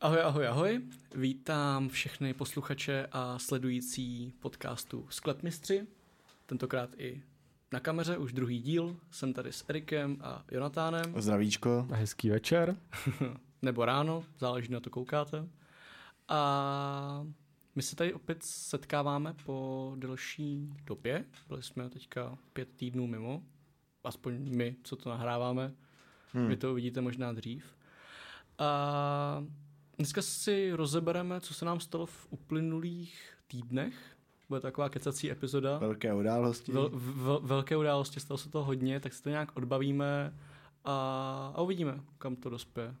Ahoj, ahoj, ahoj. Vítám všechny posluchače a sledující podcastu Sklepmistři. Tentokrát i na kameře, už druhý díl. Jsem tady s Erikem a Jonatánem. Zdravíčko. A hezký večer. Nebo ráno, záleží na to koukáte. A my se tady opět setkáváme po delší době. Byli jsme teďka 5 týdnů mimo. Aspoň my, co to nahráváme. Vy to uvidíte možná dřív. A dneska si rozebereme, co se nám stalo v uplynulých týdnech. Bude taková kecací epizoda. Velké události. Velké události, stalo se toho hodně, tak si to nějak odbavíme a uvidíme, kam to dospěje.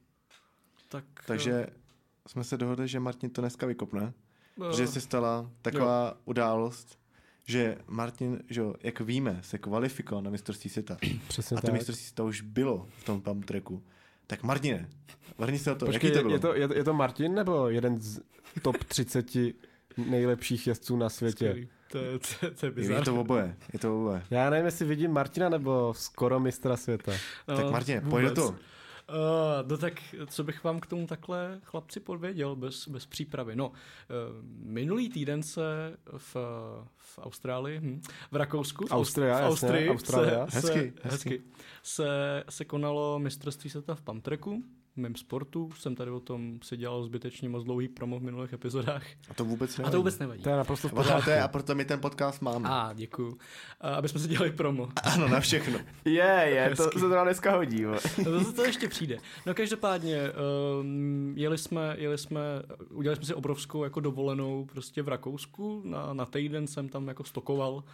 Takže jsme se dohodli, že Martin to dneska vykopne, protože se stala taková událost, že Martin, že jak víme, se kvalifikoval na mistrovství světa. Přesně a to mistrovství světa už bylo v tom pump tracku. Tak Martine, vrni se o to. Počkej, jaký to bylo? Je to Martin nebo jeden z top 30 nejlepších jezdců na světě? Skvělý. To je bizar. Je to oboje. Já nevím, jestli vidím Martina nebo skoro mistra světa. No, tak Martine, pojď do toho. No tak, co bych vám k tomu takhle chlapci podvěděl bez přípravy. No, minulý týden se v Austrálii, v Rakousku, Austrii, hezky. Se konalo mistrovství světa v pump tracku, v mém sportu. Jsem tady o tom si dělal zbytečně moc dlouhý promo v minulých epizodách. A to vůbec nevadí. To je naprosto v pořádku. A proto my ten podcast máme. Děkuju. Aby jsme si dělali promo. Ano, na všechno. To se to dneska hodí. To ještě přijde. No každopádně, udělali jsme si obrovskou jako dovolenou prostě v Rakousku. Na týden jsem tam jako stokoval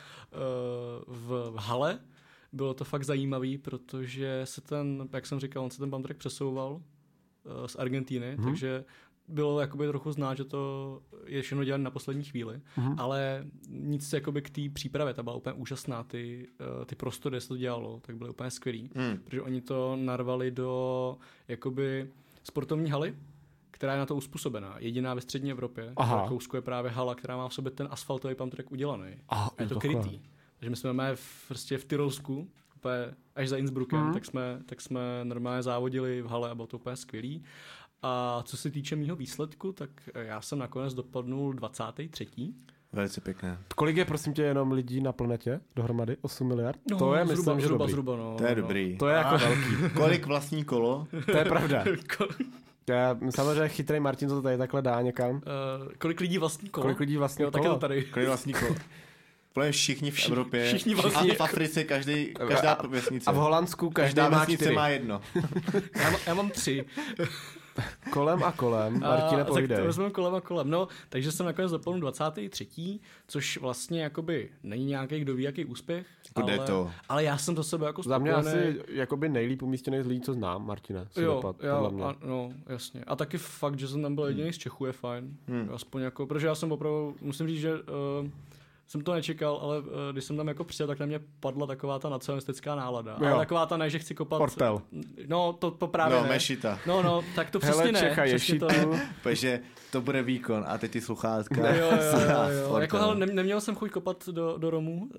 v hale. Bylo to fakt zajímavý, protože jak jsem říkal, on se ten pump track přesouval z Argentíny, takže bylo jakoby trochu znát, že to je všechno dělané na poslední chvíli, ale nic jakoby k té přípravě, ta byla úplně úžasná, ty prostory, kde se to dělalo, tak byly úplně skvělý, protože oni to narvali do jakoby sportovní haly, která je na to uspůsobená. Jediná ve střední Evropě. V Rakousku je právě hala, která má v sobě ten asfaltový pump track udělaný. A je to krytý. Takže my jsme v Tyrolsku, až za Innsbruckem, tak jsme normálně závodili v hale a bylo to úplně skvělý. A co se týče mýho výsledku, tak já jsem nakonec dopadnul 23. Velice pěkné. Kolik je, prosím tě, jenom lidí na planetě dohromady? 8 miliard? No, to je, myslím, že dobrý. No, to je dobrý. To je jako velký. Kolik vlastní kolo? To je pravda. Samozřejmě chytrý Martin to tady takhle dá někam. Kolik lidí vlastní kolo? Kolik lidí vlastní kolo? Tak je to tady. Kolik vlastní kolo? Všichni v Evropě. Všichni vlastní. A v Africe každá vesnice. A v Holandsku každá má 4. má 1. Já mám 3. Kolem a kolem. Martine, povídej. Tak to vezmeme kolem a kolem. No, takže jsem nakonec dopadl 23. Což vlastně jakoby není nějaký kdo ví jaký úspěch. Ale já jsem to sebe jako spokojený. Za mě asi jakoby nejlíp umístěný z lidí, co znám, Martine. No, jasně. A taky fakt, že jsem tam byl jediný z Čechů, je fajn. Aspoň jako, protože já jsem opravdu, musím říct, že jsem to nečekal, ale když jsem tam jako přijel, tak na mě padla taková ta nacionalistická nálada. Ale taková ta ne, že chci kopat... Portel. No, to právě ne. Mešita. No, tak to přesně ne. Čecha ješitu. Takže to bude výkon a teď ty sluchátka. Jo. Jako, hele, neměl jsem chuť kopat do Romů.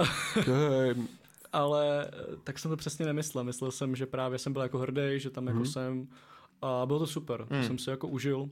Ale tak jsem to přesně nemyslel. Myslel jsem, že právě jsem byl jako hrdý, že tam jako jsem. A bylo to super. Jsem si jako užil.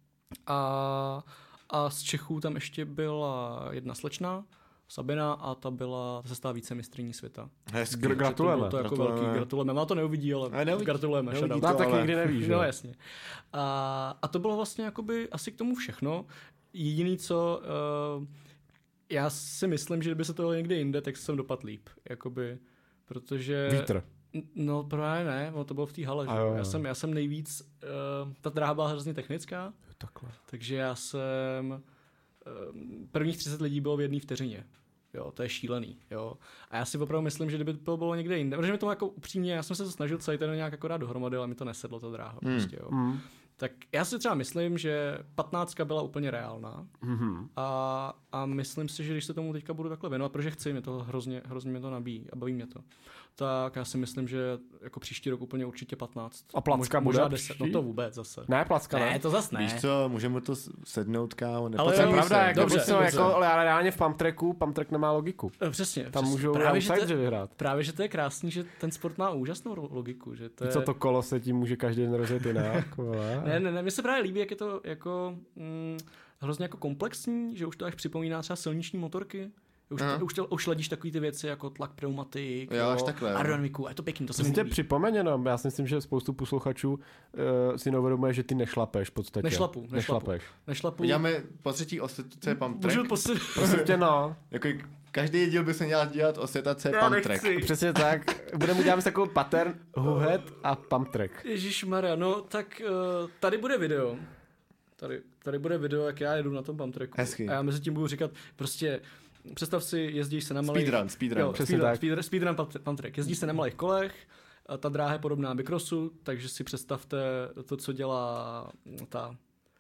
A z Čechů tam ještě byla jedna slečna, Sabina, a ta se stala vícemistryní světa. Hezky. Gratulujeme. To jako velký gratulujeme. Má to neuvidí, ale gratulujeme. Tak nikdy nevíš. No jasně. A to bylo vlastně jakoby asi k tomu všechno. Jediný, co já si myslím, že kdyby se to jelo někde jinde, tak jsem dopadl líp. Jakoby, protože... Vítr. No právě ne, to bylo v té hale. Já jsem nejvíc, ta dráha byla hrozně technická, takže já jsem, prvních 30 lidí bylo v 1 vteřině. Jo, to je šílený, jo. A já si opravdu myslím, že kdyby to bylo někde jinde, protože mi to jako upřímně, já jsem se snažil celý ten nějak jako dát dohromady, ale mi to nesedlo, ta dráha. Prostě, jo. Tak já si třeba myslím, že 15 byla úplně reálná a myslím si, že když se tomu teďka budu takhle věnovat, protože chci, mě to hrozně mě to nabíjí a baví mě to, tak já si myslím, že jako příští rok úplně určitě 15. A placka možná 10, no to vůbec zase. Ne, placka ne. Ne, to zase ne. Víš co, můžeme to sednout, kámo. Ale to je pravda, jako dobře. ale reálně v pump track nemá logiku. Přesně. Tam můžou outsideři vyhrát. Právě, že to je krásný, že ten sport má úžasnou logiku. Že to je... Co to kolo se tím může každý den rozjet jinak. Ne, mně se právě líbí, jak je to jako hrozně jako komplexní, že už to až připomíná třeba silniční motorky. Už ledíš takový ty věci jako tlak pneumatik, aerodynamiku, a je to pěkný, to se mi líbí. Připomeň jenom, já si myslím, že spoustu posluchačů si neuvědomuje, že ty nešlapeš v podstatě. Nešlapu. Vidíme po třetí osvětace pump track. Můžu Prostě no. Jako každý díl by se měl dělat osvětace pump track. Přesně tak. Budeme udělat takovou pattern Huhead a pump track. Ježišmarja, no tak tady bude video. Tady bude video, jak já jedu na tom pump tracku. Hezky. A já mezi tím budu říkat prostě představ si, jezdíš se na malých... Speedrun pump track. Jezdíš se na malých kolech, ta dráha je podobná bicrossu, takže si představte to, co dělá ta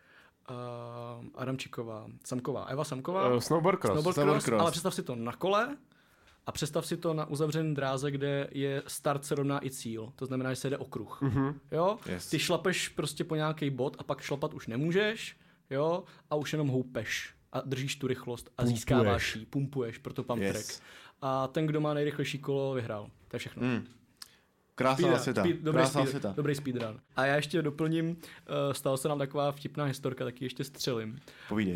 Adamčíková, Eva Samková. Snowboard cross. Ale představ si to na kole a představ si to na uzavřené dráze, kde je start se rovná i cíl. To znamená, že se jde okruh. Jo? Yes. Ty šlapeš prostě po nějaký bod a pak šlapat už nemůžeš, jo? A už jenom houpeš a držíš tu rychlost a získáváš ji, pumpuješ pro to pump track. A ten, kdo má nejrychlejší kolo, vyhrál. To je všechno. Krásná světa. Dobrý speedrun. A já ještě doplním, stala se nám taková vtipná historka, taky ještě střelím. Povídej.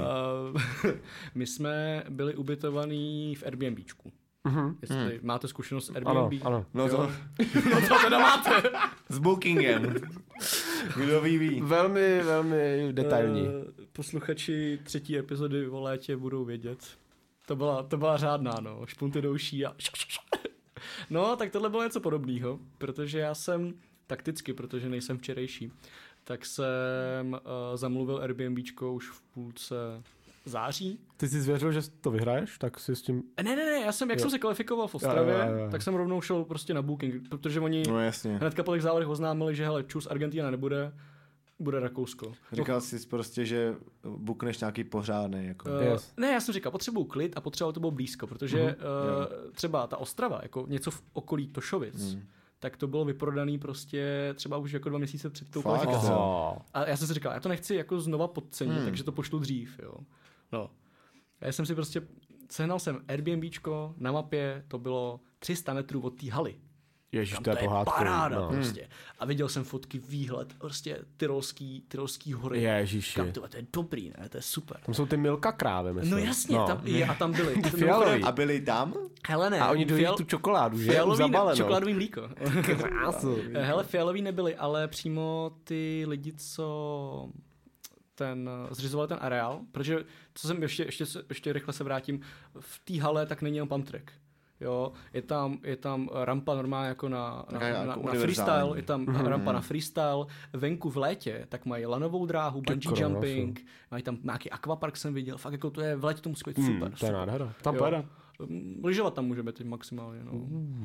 My jsme byli ubytovaní v Airbnbčku. Jestli máte zkušenost s Airbnb. Ano. No to teda máte. S bookingem. Kdo ví. Velmi, velmi detailní. Posluchači 3. epizody o létě budou vědět. To byla řádná, no. Špunty do uší a... No, tak tohle bylo něco podobného, protože já jsem takticky, protože nejsem včerejší, tak jsem zamluvil Airbnbčko už v půlce září. Ty jsi zvěřil, že to vyhraješ, tak si s tím... Ne, jak jsem se kvalifikoval v Ostravě, tak jsem rovnou šel prostě na booking, protože oni hnedka po těch závodech oznámili, že hele, čus, Argentina nebude, bude Rakousko. Říkal jsi prostě, že bookneš nějaký pořádný. Jako. Ne, já jsem říkal, potřebuju klid a potřeboval to bylo blízko, protože třeba ta Ostrava, jako něco v okolí Tošovic, tak to bylo vyprodaný prostě třeba už jako 2 měsíce před tou kvalifikací. A já jsem si říkal, já to nechci jako znova podcenit, takže to pošlu dřív, jo. No. A já jsem si prostě, sehnal jsem Airbnbčko, na mapě to bylo 300 metrů od té haly. Ježiš, to je pohádka. Paráda prostě. A viděl jsem fotky, výhled, prostě tyrolský hory. Ježiši. Kam to je dobrý, ne? To je super. Tam jsou ty Milka krávy, myslím. No jasně, tam byly. Fialový. A byli tam? Hele ne. A oni dojí tu čokoládu, že? Čokoládový mlíko. Krásu. Hele, fialový nebyli, ale přímo ty lidi, co zřizovali ten areál, protože co jsem ještě rychle se vrátím, v té hale tak není jenom pump track. Jo, je tam rampa normálně jako na freestyle, je tam rampa na freestyle, venku v létě, tak mají lanovou dráhu, bungee jumping, mají tam nějaký aquapark jsem viděl, fakt jako to je, v létě to musí být super. To je nádhera, tam pojede. Lyžovat tam může být maximálně, no.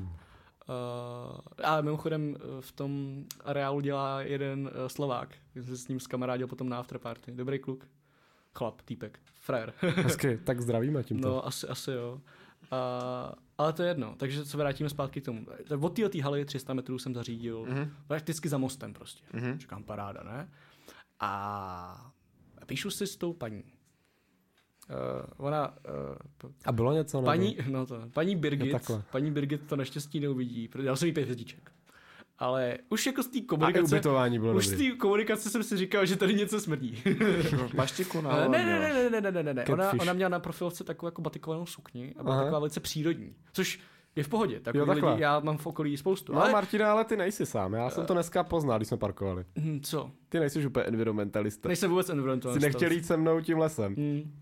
A mimochodem v tom areálu dělá jeden Slovák, jsem se s ním skamarádil potom na afterparty, dobrý kluk, chlap, týpek, frajer. Hezky, tak zdravíme tímto. No, asi jo. Ale to je jedno, takže se vrátíme zpátky k tomu. Od této haly 300 metrů jsem zařídil, prakticky za mostem prostě. Říkám, paráda, ne? A píšu si s tou paní. A bylo něco? Paní Birgit to naštěstí neuvidí, protože dal jsem jí 5 hvězdiček. Ale už jako z té komunikace, jsem si říkal, že tady něco smrdí. Paštiku Ne. Ona měla na profilovce takovou jako batikovanou sukni a byla taková velice přírodní, což je v pohodě. Takový lidi já mám v okolí spoustu. No Martina, ale ty nejsi sám. Já jsem to dneska poznal, když jsme parkovali. Co? Ty nejsi úplně environmentalista. Nejsem vůbec environmentalista. Jsi nechtěl jít se mnou tím lesem.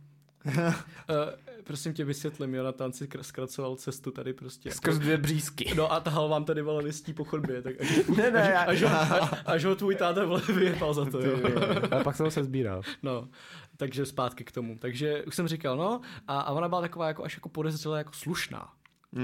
Prosím tě, vysvětlím, Jonatán si zkracoval cestu tady prostě. Skrz 2 břízky. No a tahal vám tady vole listí po chodbě, tak až ho tvůj táta vyjebal za to. Ale pak jsem se sbíral. No, takže zpátky k tomu. Takže už jsem říkal, no, a ona byla taková jako až jako podezřelá, jako slušná.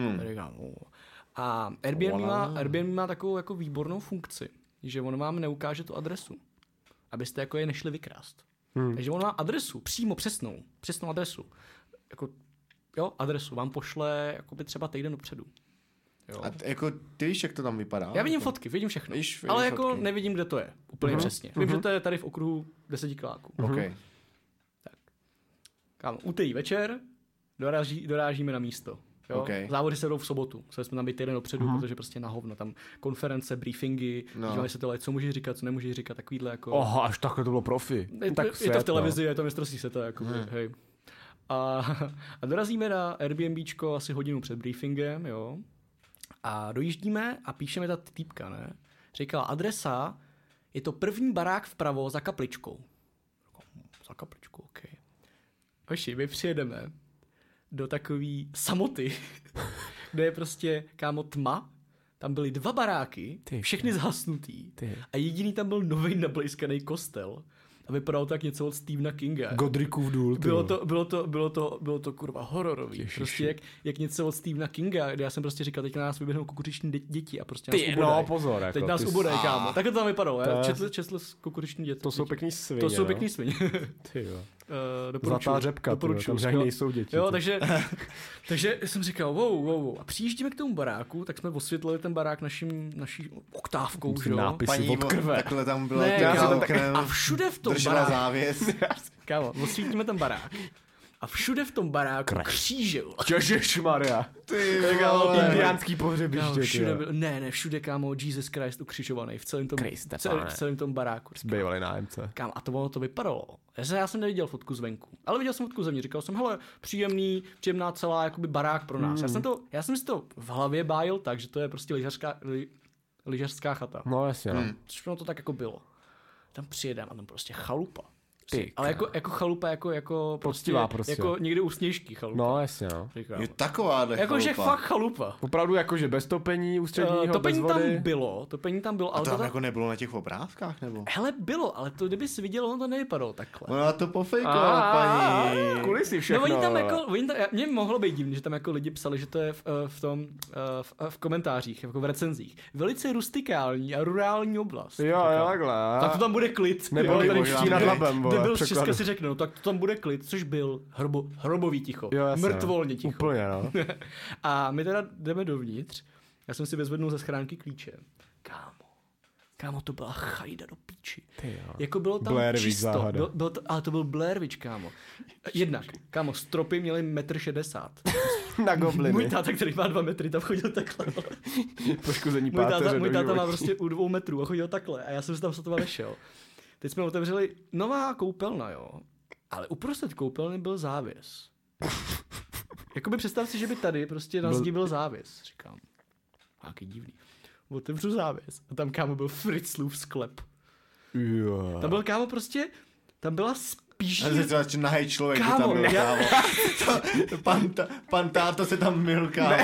A Airbnb má takovou jako výbornou funkci, že on vám neukáže tu adresu, abyste jako je nešli vykrást. Takže on má adresu, přímo přesnou adresu. Jako, jo, adresu vám pošle jakoby třeba týden dopředu. Jo. A jako ty víš, jak to tam vypadá? Já vidím fotky, vidím všechno. Ale jako nevidím, kde to je. Úplně přesně. Vím, že to je tady v okruhu 10 kiláků. Okay. Tak. Kámo, úterý večer dorážíme na místo. Jo? Okay. Závody se jdou v sobotu. Museli jsme tam být týden dopředu, protože prostě na hovno. Tam konference, briefingy, dívají se to, co můžeš říkat, co nemůžeš říkat, takovýhle jako... Oha, až takhle to bylo profi. Je to v televizi, je to mistrovství světa, jakoby, hej. A dorazíme na Airbnbčko asi hodinu před briefingem, jo. A dojíždíme a píšeme ta týpka, ne? Říkala, adresa, je to první barák vpravo za kapličkou. Za kapličkou, ok. Hoši, my přijedeme do takový samoty, kde je prostě, kámo, tma. Tam byly 2 baráky, všechny zhasnutý. A jediný tam byl novej nablejskaný kostel. A vypadalo tak něco od Stephena Kinga. Godricův důl. Bylo to kurva hororový. Ježiši. Prostě jak něco od Stephena Kinga, kde já jsem prostě říkal, teď na nás vyběhnou kukuřiční děti a prostě nás ubodaj. No pozor. Jako, teď nás ubodaj, kámo. Takhle to tam vypadalo. Četl kukuřiční děti. To jsou pěkný svině. To jsou pěkný svině. Ty jo. Zlatá řepka, tam žádný nejsou děti. Jo, takže jsem říkal, wow. A přijíždíme k tomu baráku, tak jsme osvětlili ten barák naší oktávkou, že jo. Nápisy od krve. Takhle tam bylo a všude v tom baráku. Závěs. Kámo, osvítíme ten barák. A všude v tom baráku křížil. Ježišmarja. Ty indiánský pohřebiště. Ne, všude, kámo, Jesus Christ ukřižovaný v celém tom baráku. Zbývali nájemce. Kámo, a to vypadalo. Já jsem neviděl fotku zvenku, ale viděl jsem fotku zevnitř. Říkal jsem, hele, příjemná celá jakoby barák pro nás. Já jsem si to v hlavě bájil tak, že to je prostě lyžařská chata. No jasně, no. Což to tak jako bylo. Tam přijedeme a tam prostě chalupa. Ale jako chalupa, jako prostě jako někdy u Sněžky chalupa. No, jasně, no. Je taková chalupa. Jakože fakt chalupa. Opravdu jakože bez topení, ústředního, bez vody. Topení tam bylo. A to tam jako nebylo na těch obrázkách, nebo? Hele, bylo, ale to kdyby si viděl, ono to nevypadalo takhle. Ona to pofejkovala, paní. Kulisy všechno. No, oni tam mně mohlo být divný, že tam jako lidi psali, že to je v komentářích, jako v recenzích. Velice rustikální a rurální oblast. Jo, takhle. Tak to tam bude klid. Nebo tady ští nad Labem, byl z Česka si řekne, no tak to tam bude klid, což byl hrobový ticho. Jo, mrtvolně ticho. Úplně, no. A my teda jdeme dovnitř. Já jsem si vyzvednul ze schránky klíče. Kámo, to byla chajda do píči. Jako bylo tam Blair čisto. Ale to byl Blair Witch, kámo. Jednak, kámo, stropy měly 1,60 m. Na gobliny. Můj táta, který má 2 metry, tam chodil takhle. Poškození páteře. Můj táta má prostě u 2 metrů a chodil takhle. A já jsem se tam sotva vešel. Teď jsme otevřeli nová koupelna, jo. Ale uprostřed koupelny byl závěs. Jakoby představ si, že by tady prostě na zdi byl závěs. Říkám, jaký divný. Otevřu závěs a tam, kámo, byl Fritzlův sklep. Jo. Tam byl, kámo, prostě, tam byla spíš... Ale jsi nahej člověk, kámo, tam byl, kámo. Pan táto se tam mil, kámo.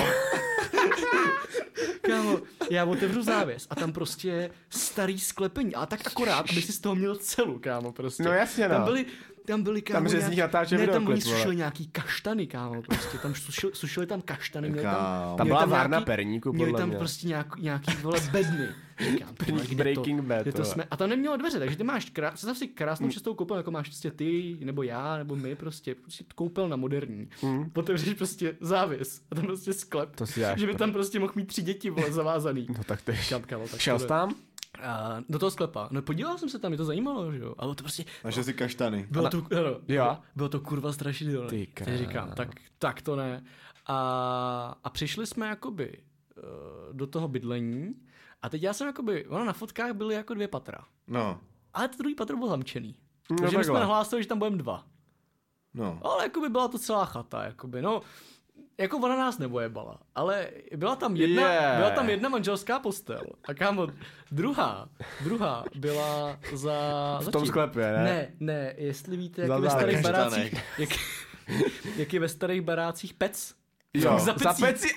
Kámo, já otevřu závěs a tam prostě starý sklepení, ale tak akorát, aby si z toho měl celu, kámo, prostě. No jasně, no. Tam byly, kámo, tam z nich natáče videoklip, tam oni sušili nějaký kaštany, kámo, prostě, tam sušili tam kaštany, tam byla várna perníku, podle mě. Měli tam prostě nějaký, vole, bedny. Říkám, Breaking Bad. A tam nemělo dveře, takže ty máš krásnou čistou koupelnu, jako máš prostě ty, nebo já, nebo my, prostě koupelna moderní. Otevřeš prostě závěs a tam prostě sklep, že by tam prostě mohl mít 3 děti, vole, zavázaný. No tak ty. Tak šel jsi tam? Do toho sklepa. No podíval jsem se tam, mě to zajímalo, že jo. Ale to prostě... Našel si kaštany. Bylo to kurva strašidelné. Teď říkám, tak to ne. A přišli jsme jakoby do toho bydlení a teď já jsem jakoby, ono na fotkách byly jako 2 patra. No. Ale to druhý patro bylo zamčený. Takže my jsme nahlásili, že tam budeme 2. No. Ale jakoby byla to celá chata, jakoby, no... Jako ona nás nebojebala, ale byla tam jedna manželská postel. A kámo, druhá byla v tom sklepě, ne? Ne, jestli víte, jak je ve starých barácích, jak je ve starých barácích pec. Jo, za peci.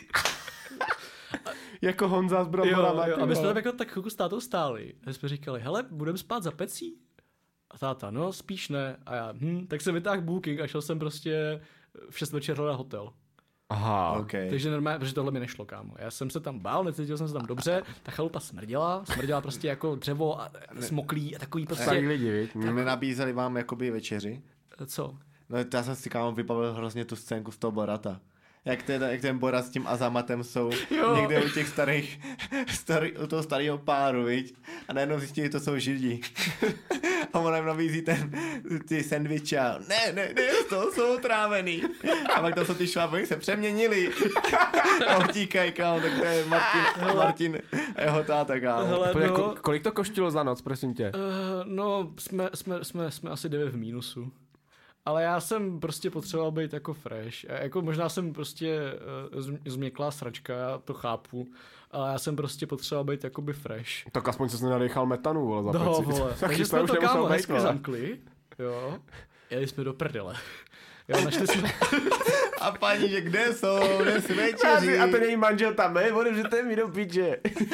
Jako Honza z Bramborama. A my jsme tam jako tak chvilku s tátou stáli. A jsme říkali, hele, budeme spát za pecí? A táta, no spíš ne. A já, tak jsem vytáhl booking a šel jsem prostě v 6 večer na hotel. Aha. Okay. Takže normálně, protože tohle mi nešlo, kámo. Já jsem se tam bál, necítil jsem se tam dobře, ta chalupa smrděla prostě jako dřevo a smoklý a takový prostě. Tak lidi, víš. Nenabízeli vám jakoby večeři? Co? No já jsem si, kámo, vybavil hrozně tu scénku z toho Borata. Jak ten Borat s tím Azamatem jsou někde u těch u toho starého páru, viď? A najednou zjistili, že to jsou Židi. A ona jim nabízí ty sendviče a ne, to jsou otrávený. A pak tam jsou ty šváby, se přeměnili. A utíkají, kámo, tak to je Martin a jeho táta, kámo. Hele, Kolik to koštilo za noc, prosím tě? No, jsme asi 9 v mínusu. Ale já jsem prostě potřeboval být jako fresh. Jako možná jsem prostě změklá sračka, já to chápu. Ale já jsem prostě potřeboval být jakoby fresh. Tak aspoň se nadechal metanu, vole, za No, peci. vole. Takže jsme to kámo hezky zamkli. Jo. Jeli jsme do prdele. Jo, našli jsme... A paní, že kde jsou, kde si večeří. A ten její manžel tam je, odevřete mi do piče.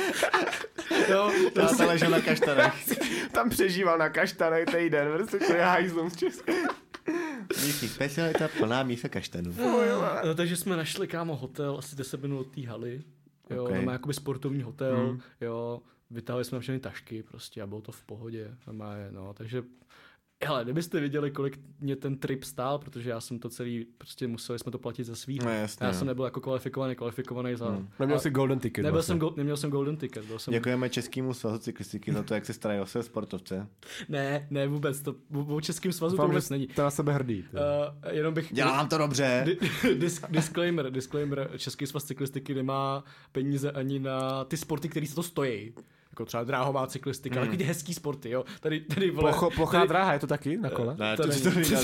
Jo, Já se ležel na kaštanech. Tam přežíval na kaštanech týden, prostě to je hajzlům z Česka. Místní specialita plná mísa kaštanů. No, takže jsme našli, kámo, hotel asi 10 minut od té haly. Jo, okay. Má jakoby sportovní hotel, jo, vytáhli jsme všechny tašky prostě a bylo to v pohodě. No, takže hele, kdybyste viděli, kolik mě ten trip stál, protože já jsem to celý, prostě museli jsme to platit za svý. No, jasně, já jsem nebyl jako kvalifikovaný za... Neměl jsi golden ticket. Neměl jsem golden ticket. Děkujeme Českému svazu cyklistiky za to, jak se starají o své sportovce. Ne, vůbec. O Českém svazu to vůbec není. To na sebe hrdý. Jenom bych... Dělám to dobře. Disclaimer. Český svaz cyklistiky nemá peníze ani na ty sporty, které se to stojí. Jako třeba dráhová cyklistika, takový ty hezký sporty, jo. Tady vole, plochá dráha, je to taky na kole? Ne, to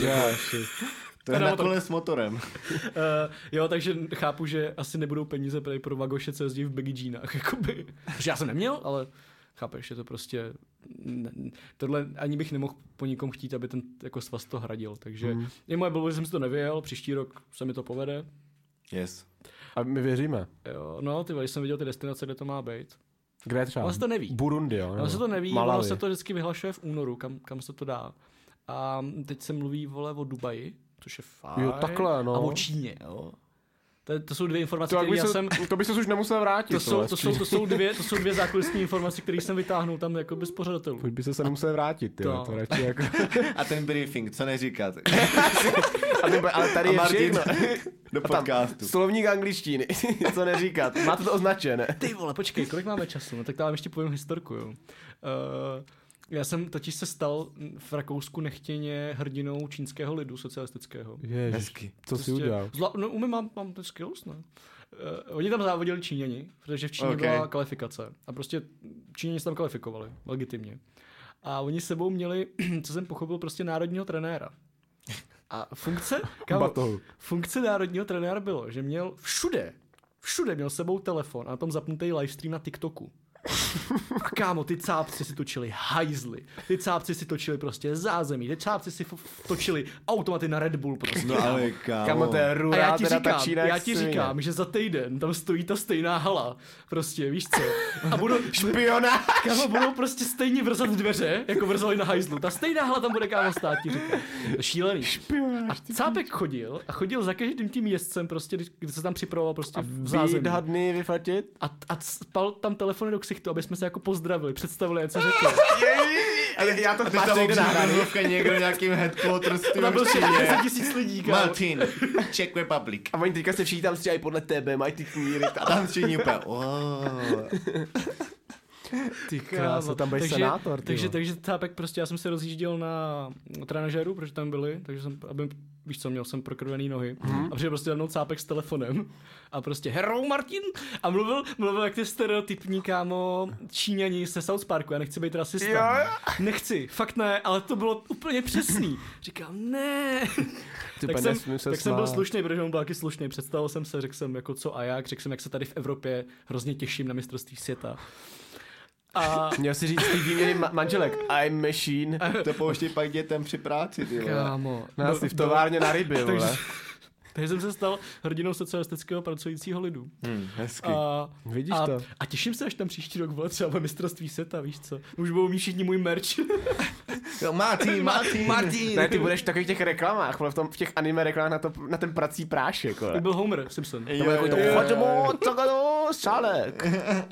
je na kole s motorem. Jo, takže chápu, že asi nebudou peníze pro Vagoše, co jezdí v baggy jeanách, jakoby. Protože já jsem neměl, ale chápeš, že to prostě... Tohle ani bych nemohl po nikom chtít, aby ten jako svaz to hradil, takže je moje blbost, že jsem si to nevyjel, příští rok se mi to povede. Yes. A my věříme. Jo, no, ty jsem viděl ty destinace, kde to má být. Kde třeba? Ale se to neví. Burundi, jo? Ale se to neví, ale se to vždycky vyhlašuje v únoru, kam se to dá. A teď se mluví, vole, o Dubaji, což je fajn. Jo, takhle, no. A o Číně, jo. To jsou dvě informace, které já jsem... To by se už nemusel vrátit. To jsou dvě zákulisní informace, které jsem vytáhnul tam jako bez pořadatelů. Už by se nemusel vrátit, jo. To radši jako... A ten briefing, co neříkat? Ale tady je všechno. Do podcastu. Slovník angličtiny, co neříkat. Máte to označené. Ty vole, počkej, kolik máme času? No tak tam ještě povím historku, jo. Já jsem totiž se stal v Rakousku nechtěně hrdinou čínského lidu socialistického. Hezky. Co jsi udělal? No mám ten skills, ne? Oni tam závodili Číňani, protože v Číně byla kvalifikace. A prostě Číňani se tam kvalifikovali, legitimně. A oni s sebou měli, co jsem pochopil, prostě národního trenéra. A funkce národního trenéra bylo, že měl všude měl s sebou telefon a na tom zapnutý livestream na TikToku. A kámo, ty cápci si točili hajzly, ty cápci si točili prostě zázemí, ty cápci si točili automaty na Red Bull prostě. No ale kámo, to je rura, já ti říkám, že za týden tam stojí ta stejná hala, prostě, víš co, a budou špionáž. Kámo, budou prostě stejně vrzat dveře, jako vrzali na hajzlu, ta stejná hala tam bude, kámo, stát, ti říkám. Šílený. Špionáž. A cápek chodil za každým tím jezdcem prostě, když se tam připravoval prostě v zázemí. A dny vyfotit? A spal tam telefony do ksichtu, aby jsme se jako pozdravili, představili, co řekli. Ale já to ty tam obřízka někdo nějakým headquarters. Tam byl 10 000 lidí, kámo. Martin, Czech Republic. A oni teďka se všichni tam stříhají podle tebe, mají ty kníry. A tam všichni úplně, Ty krása, tam byl senátor. Takže tápek prostě, já jsem se rozjížděl na trenažéru, protože tam byli, takže jsem, víš co, měl jsem prokrvený nohy. A přijde prostě mnou cápek s telefonem a prostě hello Martin a mluvil jak ty stereotypní, kámo, Číňani se South Parku, já nechci být rasista. Nechci, fakt ne, ale to bylo úplně přesný. Říkám, ne. Tak jsem byl slušný, protože on byl taky slušný. Představil jsem se, řekl jsem jako co a jak, řekl jsem, jak se tady v Evropě hrozně těším na mistrovství světa. A... Měl si říct ty výměny manželek. I'm machine. To pouští pak dětem při práci, ty vole. Kámo. Nás v továrně na ryby, vole. Takže jsem se stal hrdinou socialistického pracujícího lidu. Hezky. Vidíš to? A těším se, až tam příští rok, vole, třeba mistrovství světa, víš co? Už budou mít všichni můj merch. Jo, Martin. Ne, ty budeš v takových těch reklamách, vole, v těch anime reklamách na ten prací prášek, vole. To byl Homer Simpson. To bylo jako to šálek.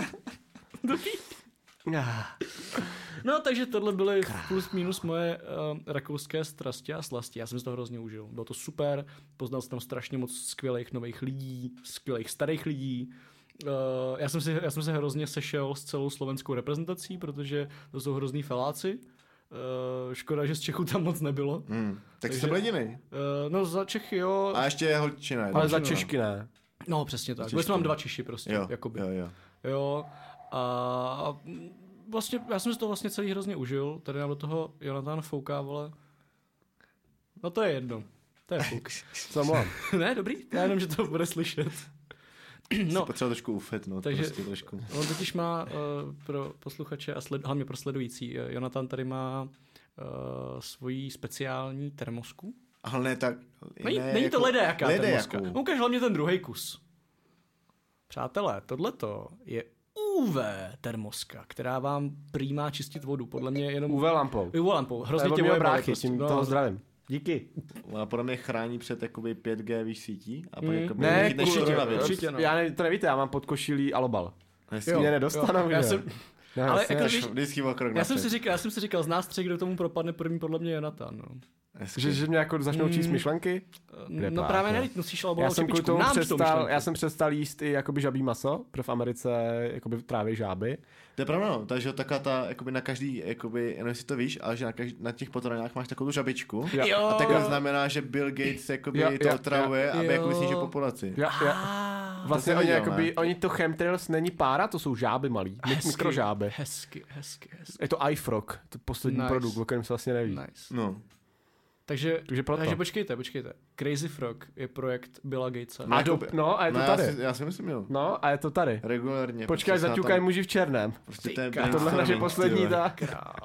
No, takže tohle byly plus minus moje rakouské strasti a slasti. Já jsem si to hrozně užil. Bylo to super, poznal jsem tam strašně moc skvělých nových lidí, skvělých starých lidí. Já jsem se hrozně sešel s celou slovenskou reprezentací, protože to jsou hrozný feláci. Škoda, že z Čechů tam moc nebylo. Tak jste byl jedinej. No za Čechy, jo. A ještě je holčina. Ale za Češky ne. No přesně tak. Byli jsme tam 2 Češi prostě, Jo, jakoby. jo. A vlastně, já jsem si to vlastně celý hrozně užil. Tady nám do toho Jonathan fouká, vole. No to je jedno. To je fouk. Co mám? Ne, dobrý. Já jenom, že to bude slyšet. No. Potřeba trošku ufetnout. Takže prostě trošku. On totiž má pro posluchače a hlavně pro sledující. Jonathan tady má svoji speciální termosku. Ale ne tak... Není to ledajaká termoska. Jakou? Ukaž hlavně ten druhý kus. Přátelé, tohleto je UV termoska, která vám prý má čistit vodu. Podle mě jenom... UV lampou. UV lampou. Hrozně tě moje bráchy, bráchy, tím toho zdravím. Díky. Ona podle mě chrání před jakoby 5G víš sítí. A pak jakoby Ne, určitě, no. To nevíte, já mám pod košilí alobal. Jo, mě nedostanou, já jsem, ale jako, vždycky o krok já jsem si říkal, z nás 3, kdo tomu propadne první, podle mě Jonathan. No. Že mě jako začnou číst myšlenky? No právě ne, musíš alobalovou čepičku. Já jsem přestal jíst i jakoby žabí maso, protože v Americe jakoby tráví žáby. To je pravda, no. Takže taká ta, jakoby na každý, jakoby, jenom si to víš, ale že na těch potravinách máš takovou tu žabičku. Jo. A takhle znamená, že Bill Gates jakoby to otravuje, aby jakoby snížil populaci. Vlastně oni to chemtrails není pára, to jsou žáby malý, mikrožáby. Hezky. Je to iFrog, to poslední produkt, o kterém se vlastně neví. Nice. No. Takže počkejte. Crazy Frog je projekt Billa Gatesa. A je to tady. Já si myslím, jo. No a je to tady. Regulérně. Počkej, zaťukaj muži v černém. Prostě to je tohle naše poslední tak.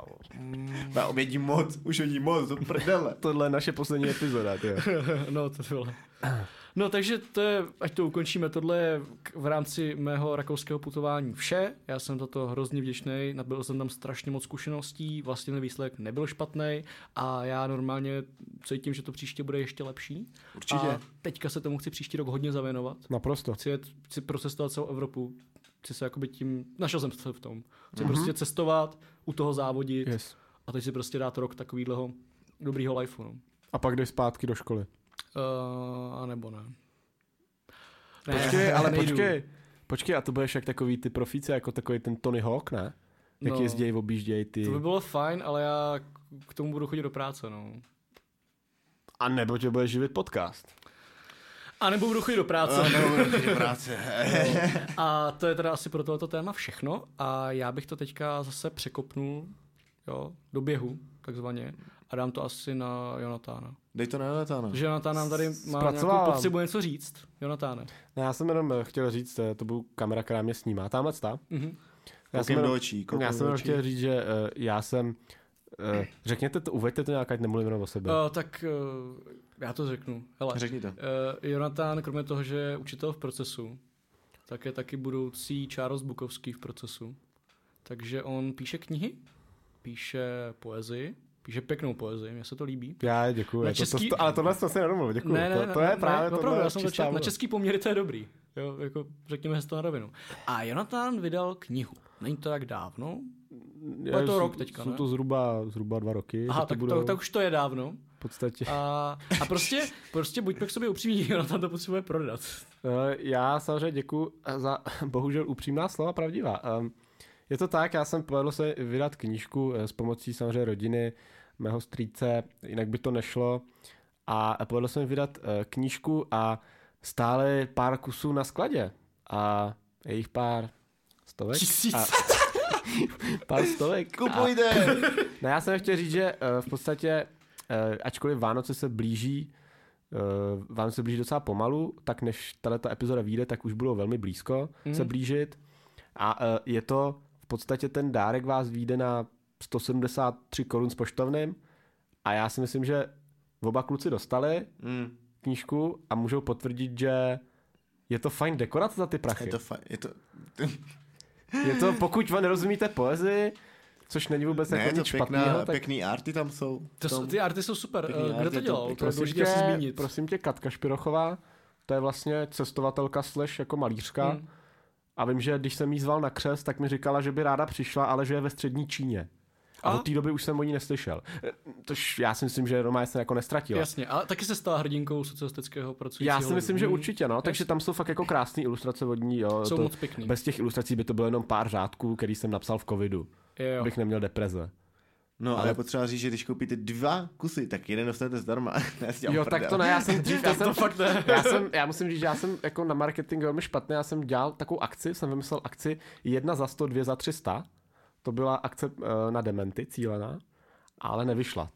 Já už vidím moc, do prdele. Tohle je naše poslední epizoda, tyjo. No, to bylo. No, takže to je, ať to ukončíme, tohle je v rámci mého rakouského putování vše. Já jsem za to hrozně vděčný, nabyl jsem tam strašně moc zkušeností, vlastně ten výsledek nebyl špatný a já normálně cítím, že to příště bude ještě lepší. Určitě. A teďka se tomu chci příští rok hodně zavěnovat. Naprosto. Chci procestovat celou Evropu, chci se jakoby tím, našel jsem se v tom. Chci prostě cestovat, u toho závodit a teď si prostě dát rok takovýhleho dobrýho lifeu. No. A pak jdeš zpátky do školy. A nebo ne. Počkej, a to budeš jak takový ty profíci, jako takový ten Tony Hawk, ne? Jak jezděj, objížděj ty. To by bylo fajn, ale já k tomu budu chodit do práce, no. A nebo tě budeš živit podcast. A nebo budu chodit do práce. No. A to je teda asi pro tohoto téma všechno a já bych to teďka zase překopnul, do běhu, takzvaně, a dám to asi na Jonatána. Dej to na Jonatána. Že Jonatán nám tady má nějakou potřebu něco říct. Jonatáne. No, já jsem jenom chtěl říct, to byl kamera, která mě snímá. Tamhle ta. Já jsem chtěl říct, že já jsem... řekněte to, uveďte to nějak, ať nemluvím jenom o sebe. Tak já to řeknu. Hele, řekni to. Jonatán, kromě toho, že je učitel v procesu, tak je taky budoucí Charles Bukowski v procesu. Takže on píše knihy, píše poezii, píše pěknou poezii, mně se to líbí. Já děkuji. Ale tohle jsem si nedomluvil, děkuji. To je právě opravdu, já jsem začal, na český poměry to je dobrý. Jo, jako řekněme to na rovinu. A Jonatán vydal knihu. Není to tak dávno? Je to rok teďka, ne? Jsou to zhruba 2 roky. Aha, tak už to je dávno. V podstatě. A prostě buďme k sobě upřímní, Jonatán to potřebuje prodat. Já samozřejmě děkuji za bohužel upřímná slova, pravdivá. Je to tak, já jsem povedl se vydat knížku s pomocí samozřejmě rodiny, mého strýce, jinak by to nešlo. A povedl jsem vydat knížku a stále pár kusů na skladě. A je jich pár stovek. 1000. Pár stovek. Kupujte! No já jsem chtěl říct, že v podstatě, ačkoliv Vánoce se blíží docela pomalu, tak než tato epizoda vyjde, tak už bylo velmi blízko se blížit. A je to v podstatě ten dárek vás vyjde na 173 korun s poštovným a já si myslím, že oba kluci dostali knížku a můžou potvrdit, že je to fajn dekorace za ty prachy. Je to, pokud vám nerozumíte poezii, což není vůbec jako nic špatného. Pěkný arty tam jsou. Ty arty jsou super. Kdo to dělal? To je důležité asi zmínit. Prosím tě, Katka Špirochová, to je vlastně cestovatelka / jako malířka. A vím, že když jsem jí zval na křest, tak mi říkala, že by ráda přišla, ale že je ve střední Číně. A od té doby už jsem o ní neslyšel. Tož já si myslím, že Roma se jako nestratila. Jasně, ale taky se stala hrdinkou socialistického pracujícího. Já si myslím, že určitě, no. Takže tam jsou fakt jako krásné ilustrace od ní. Jo. Jsou moc pěkný. Bez těch ilustrací by to bylo jenom pár řádků, který jsem napsal v covidu. Bych neměl deprese. No, ale potřeba říct, že když koupíte 2 kusy, tak jeden dostanete zdarma. Jo, tak to ne, já jsem dřív, já musím říct, že já jsem jako na marketing velmi špatný, já jsem dělal takovou akci, jsem vymyslel akci 1 za 100, 2 za 300. To byla akce na dementy, cílená, ale nevyšla,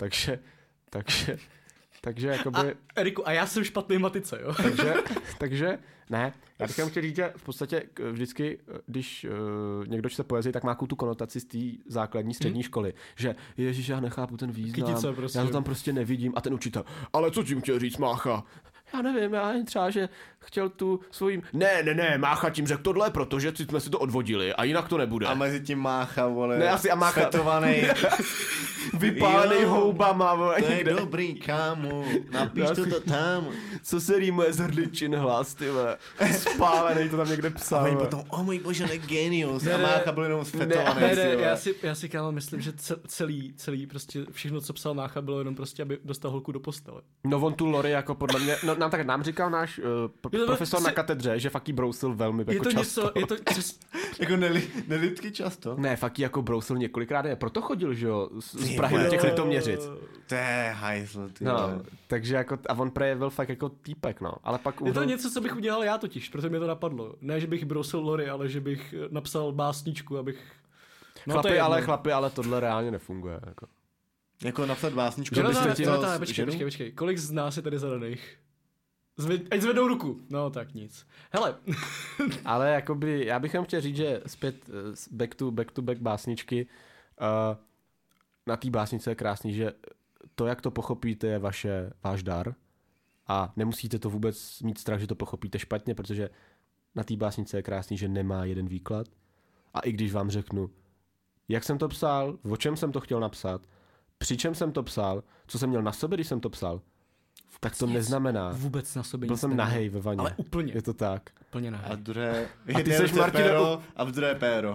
takže jakoby... Eriku, a já jsem špatný matice, jo? takže ne, já bych chtěl říct, že v podstatě vždycky, když někdo čte poezii, tak má tu konotaci z té základní střední školy, že ježiš, já nechápu ten význam, Kytice prostě. Já to tam prostě nevidím a ten učitel, ale co tím chtěl říct Mácha? Já nevím, já jen třeba, že chtěl tu svým... Ne, Mácha tím řekl tohle, protože jsme si to odvodili a jinak to nebude. A mezi tím Mácha, vole, ne, asi a Mácha... svetovaný, vypálený houbama, vole. To je dobrý, kámo, napiš to tam. Co se rýmuje z hrdličin hlas, ty vole. Spálený to tam někde psal. A oni potom, můj bože, ne genius. A Mácha byl jenom svetovaný. Ne, já si kámo myslím, že celý prostě všechno, co psal Mácha, bylo jenom prostě, aby dostal holku do postele. No on tu Lori jako podle mě, no nám říkal náš profesor na katedře, že fakt jí brousil velmi jako často. Je to jako nelidky často? Ne, fakt jí jako brousil několikrát, proto chodil, že jo, z Prahy do těch Litoměřic. To je hajzl, ty. No, takže jako, a on projevil fakt jako týpek, no. Ale pak je to něco, co bych udělal já totiž, protože mě to napadlo. Ne, že bych brousil Lori, ale že bych napsal básničku, abych... No, chlapi, ale tohle reálně nefunguje, jako napsat básničku. Počkej, kolik z nás je tady zadaných? Ať zvednou ruku. No tak nic. Hele. Ale jakoby, já bych vám chtěl říct, že zpět back to back básničky, na té básnice je krásný, že to, jak to pochopíte, je váš dar a nemusíte to vůbec mít strach, že to pochopíte špatně, protože na té básnice je krásný, že nemá jeden výklad a i když vám řeknu, jak jsem to psal, o čem jsem to chtěl napsat, při čem jsem to psal, co jsem měl na sobě, když jsem to psal, tak to neznamená. Vůbec na sobě. Byl jsem nahej ve vaně. Ale úplně. Je to tak. Úplně nahej. A druhé... A ty seš Martine... A v druhé péro.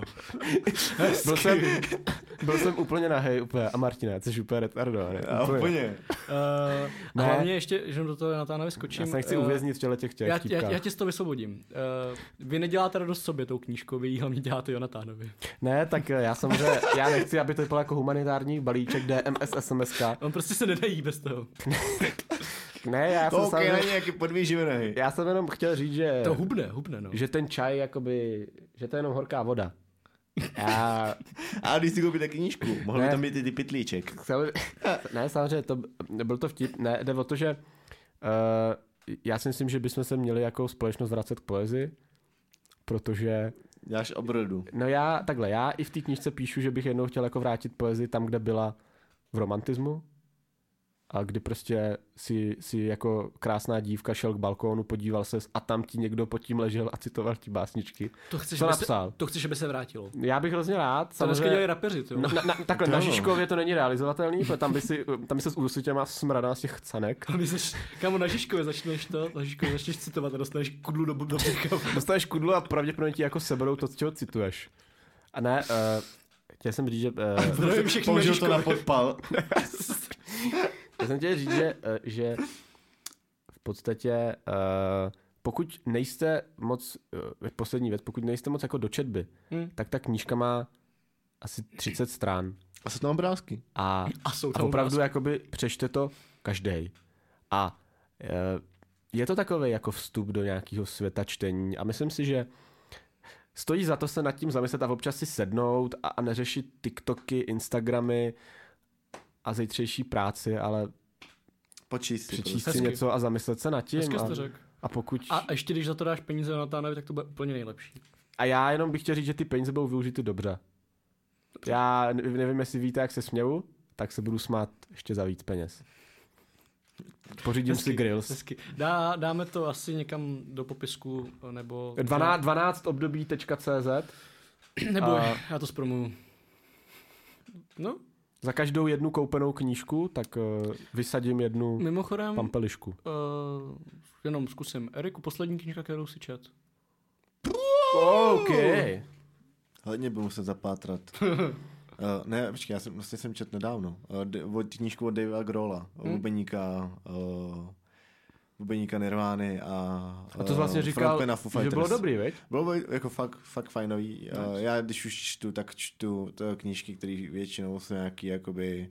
Byl jsem úplně nahej, úplně. A Martine, jsi úplně retardovaný. Úplně. A hlavně ještě, že do toho Natána vyskočím. Já se nechci uvěznit v těch já tě z toho vysvobodím. Vy neděláte radost sobě tou knížkou, vy ji hlavně děláte Jonatánovi. Ne, tak já samozřejmě, já nechci, aby to bylo jako humanitární balíček DMS SMSK. On prostě se nedají bez toho. Ne, já jsem samozřejmě... nějaký podvýživený. Já jsem jenom chtěl říct, že... To hubne, no. Že ten čaj, jakoby, že to je jenom horká voda. A když si koupíte knížku, mohl by tam být i ty pytlíček. Ne, samozřejmě, byl to vtip. Ne, jde o to, že já si myslím, že bychom se měli jako společnost vracet k poezii, protože... Děláš obrodu. No já i v té knížce píšu, že bych jednou chtěl jako vrátit poezii tam, kde byla v romantismu. A kdy prostě si jako krásná dívka šel k balkónu, podíval ses a tam ti někdo pod tím ležel a citoval ti básničky. Co napsal? To chceš, aby se vrátilo. Já bych hrozně rád. To dneska dělají rapeři, jo. Takhle, na Žižkově to není realizovatelný, protože tam by se udusl těma smradama z těch chcanek. A my kámo, na Žižkově začneš citovat a dostaneš kudlu do břicha. Dostaneš kudlu a pravděpodobně ti jako seberou to, co cituješ. A ne, chtěl jsem říct, že... Použil to na podpal. Já jsem chtěl říct, že v podstatě pokud nejste moc, poslední věc, pokud nejste moc jako do četby, tak ta knížka má asi 30 stran. A jsou tam obrázky. A opravdu jakoby přečte to každej. A je to takový jako vstup do nějakého světa čtení a myslím si, že stojí za to se nad tím zamyslet a občas si sednout a neřešit TikToky, Instagramy a zítřejší práci, ale přečíst si něco a zamyslet se nad tím. A pokud... A ještě když za to dáš peníze na Natánovi, tak to bude úplně nejlepší. A já jenom bych chtěl říct, že ty peníze budou využity dobře. Já nevím, jestli víte, jak se směju, tak se budu smát ještě za víc peněz. Pořídím si grills. Dáme to asi někam do popisku, nebo... 12období.cz Nebo já to zpromuju. No. Za každou jednu koupenou knížku, tak vysadím jednu mimochodem, pampelišku. Jenom zkusím. Eriku, poslední knížka, kterou si čet. OK. Hodně budu muset zapátrat. Ne, počkej, jsem čet nedávno. Knížku od Davea Grohla, bubeníka, bubeníka Nirvány a to vlastně říkal, že bylo dobrý, veď? Bylo jako fakt fajnový. Já když už čtu, tak čtu knížky, které většinou jsou nějaký jakoby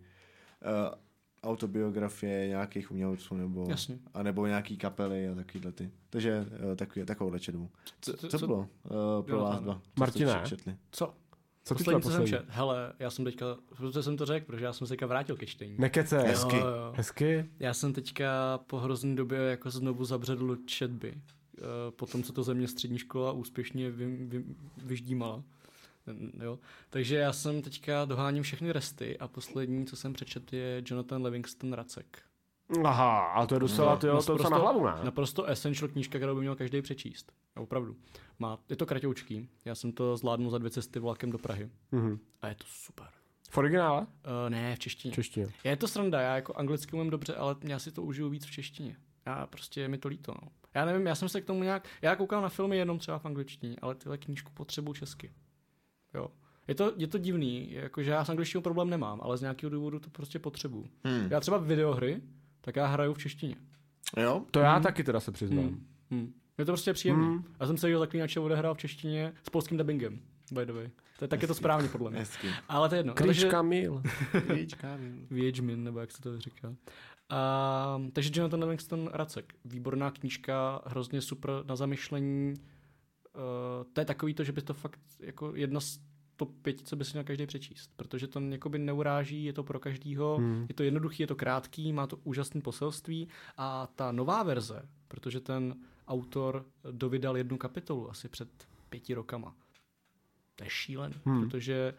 autobiografie nějakých umělců nebo nějaký kapely a takovýhle ty. Takže takovouhle četbu. Co bylo pro vás dva? Martina, co? Co ty poslední? Hele, já jsem teďka, protože jsem to řekl, protože já jsem se teďka vrátil ke čtení. Nekece. Hezky. Já jsem teďka po hrozný době jako znovu zabředl četby. Po tom, co to ze mě střední škola úspěšně vyždímala. Jo. Takže já jsem teďka doháním všechny resty a poslední, co jsem přečet, je Jonathan Livingston Racek. Aha, a to je docela, to na hlavu, ne? Naprosto essential knížka, kterou by měl každý přečíst. Opravdu. Je to kratoučký. Já jsem to zvládnul za 2 cesty vlakem do Prahy. Mm-hmm. A je to super. V originále? Ne, v češtině. Je to sranda, já jako anglicky umím dobře, ale já si to užiju víc v češtině. Je mi to líto, no. Já nevím, já jsem se k tomu já koukal na filmy jenom třeba v angličtině, ale tyhle knížku potřebuju česky. Jo. Je to divný, jakože já s angličtinou problém nemám, ale z nějakého důvodu to prostě potřebuju. Já třeba videohry, tak já hraju v češtině. Jo? To já taky teda se přiznám. Je to prostě příjemný. Já jsem se jeho Zaklínače odehrál v češtině s polským dubbingem, by the way. Tak je to správně podle mě. Ale to je jedno. Kryčka Mil. Vědžmin, nebo jak se to říká. Takže Jonathan Livingston Racek. Výborná knížka, hrozně super na zamyšlení. To je takový to, že by to fakt jako jedna z top 5, co by si měl každý přečíst. Protože to jakoby neuráží, je to pro každýho, je to jednoduchý, je to krátký, má to úžasné poselství a ta nová verze, protože ten autor dovydal 1 kapitolu asi před 5 rokama. To je šílený, protože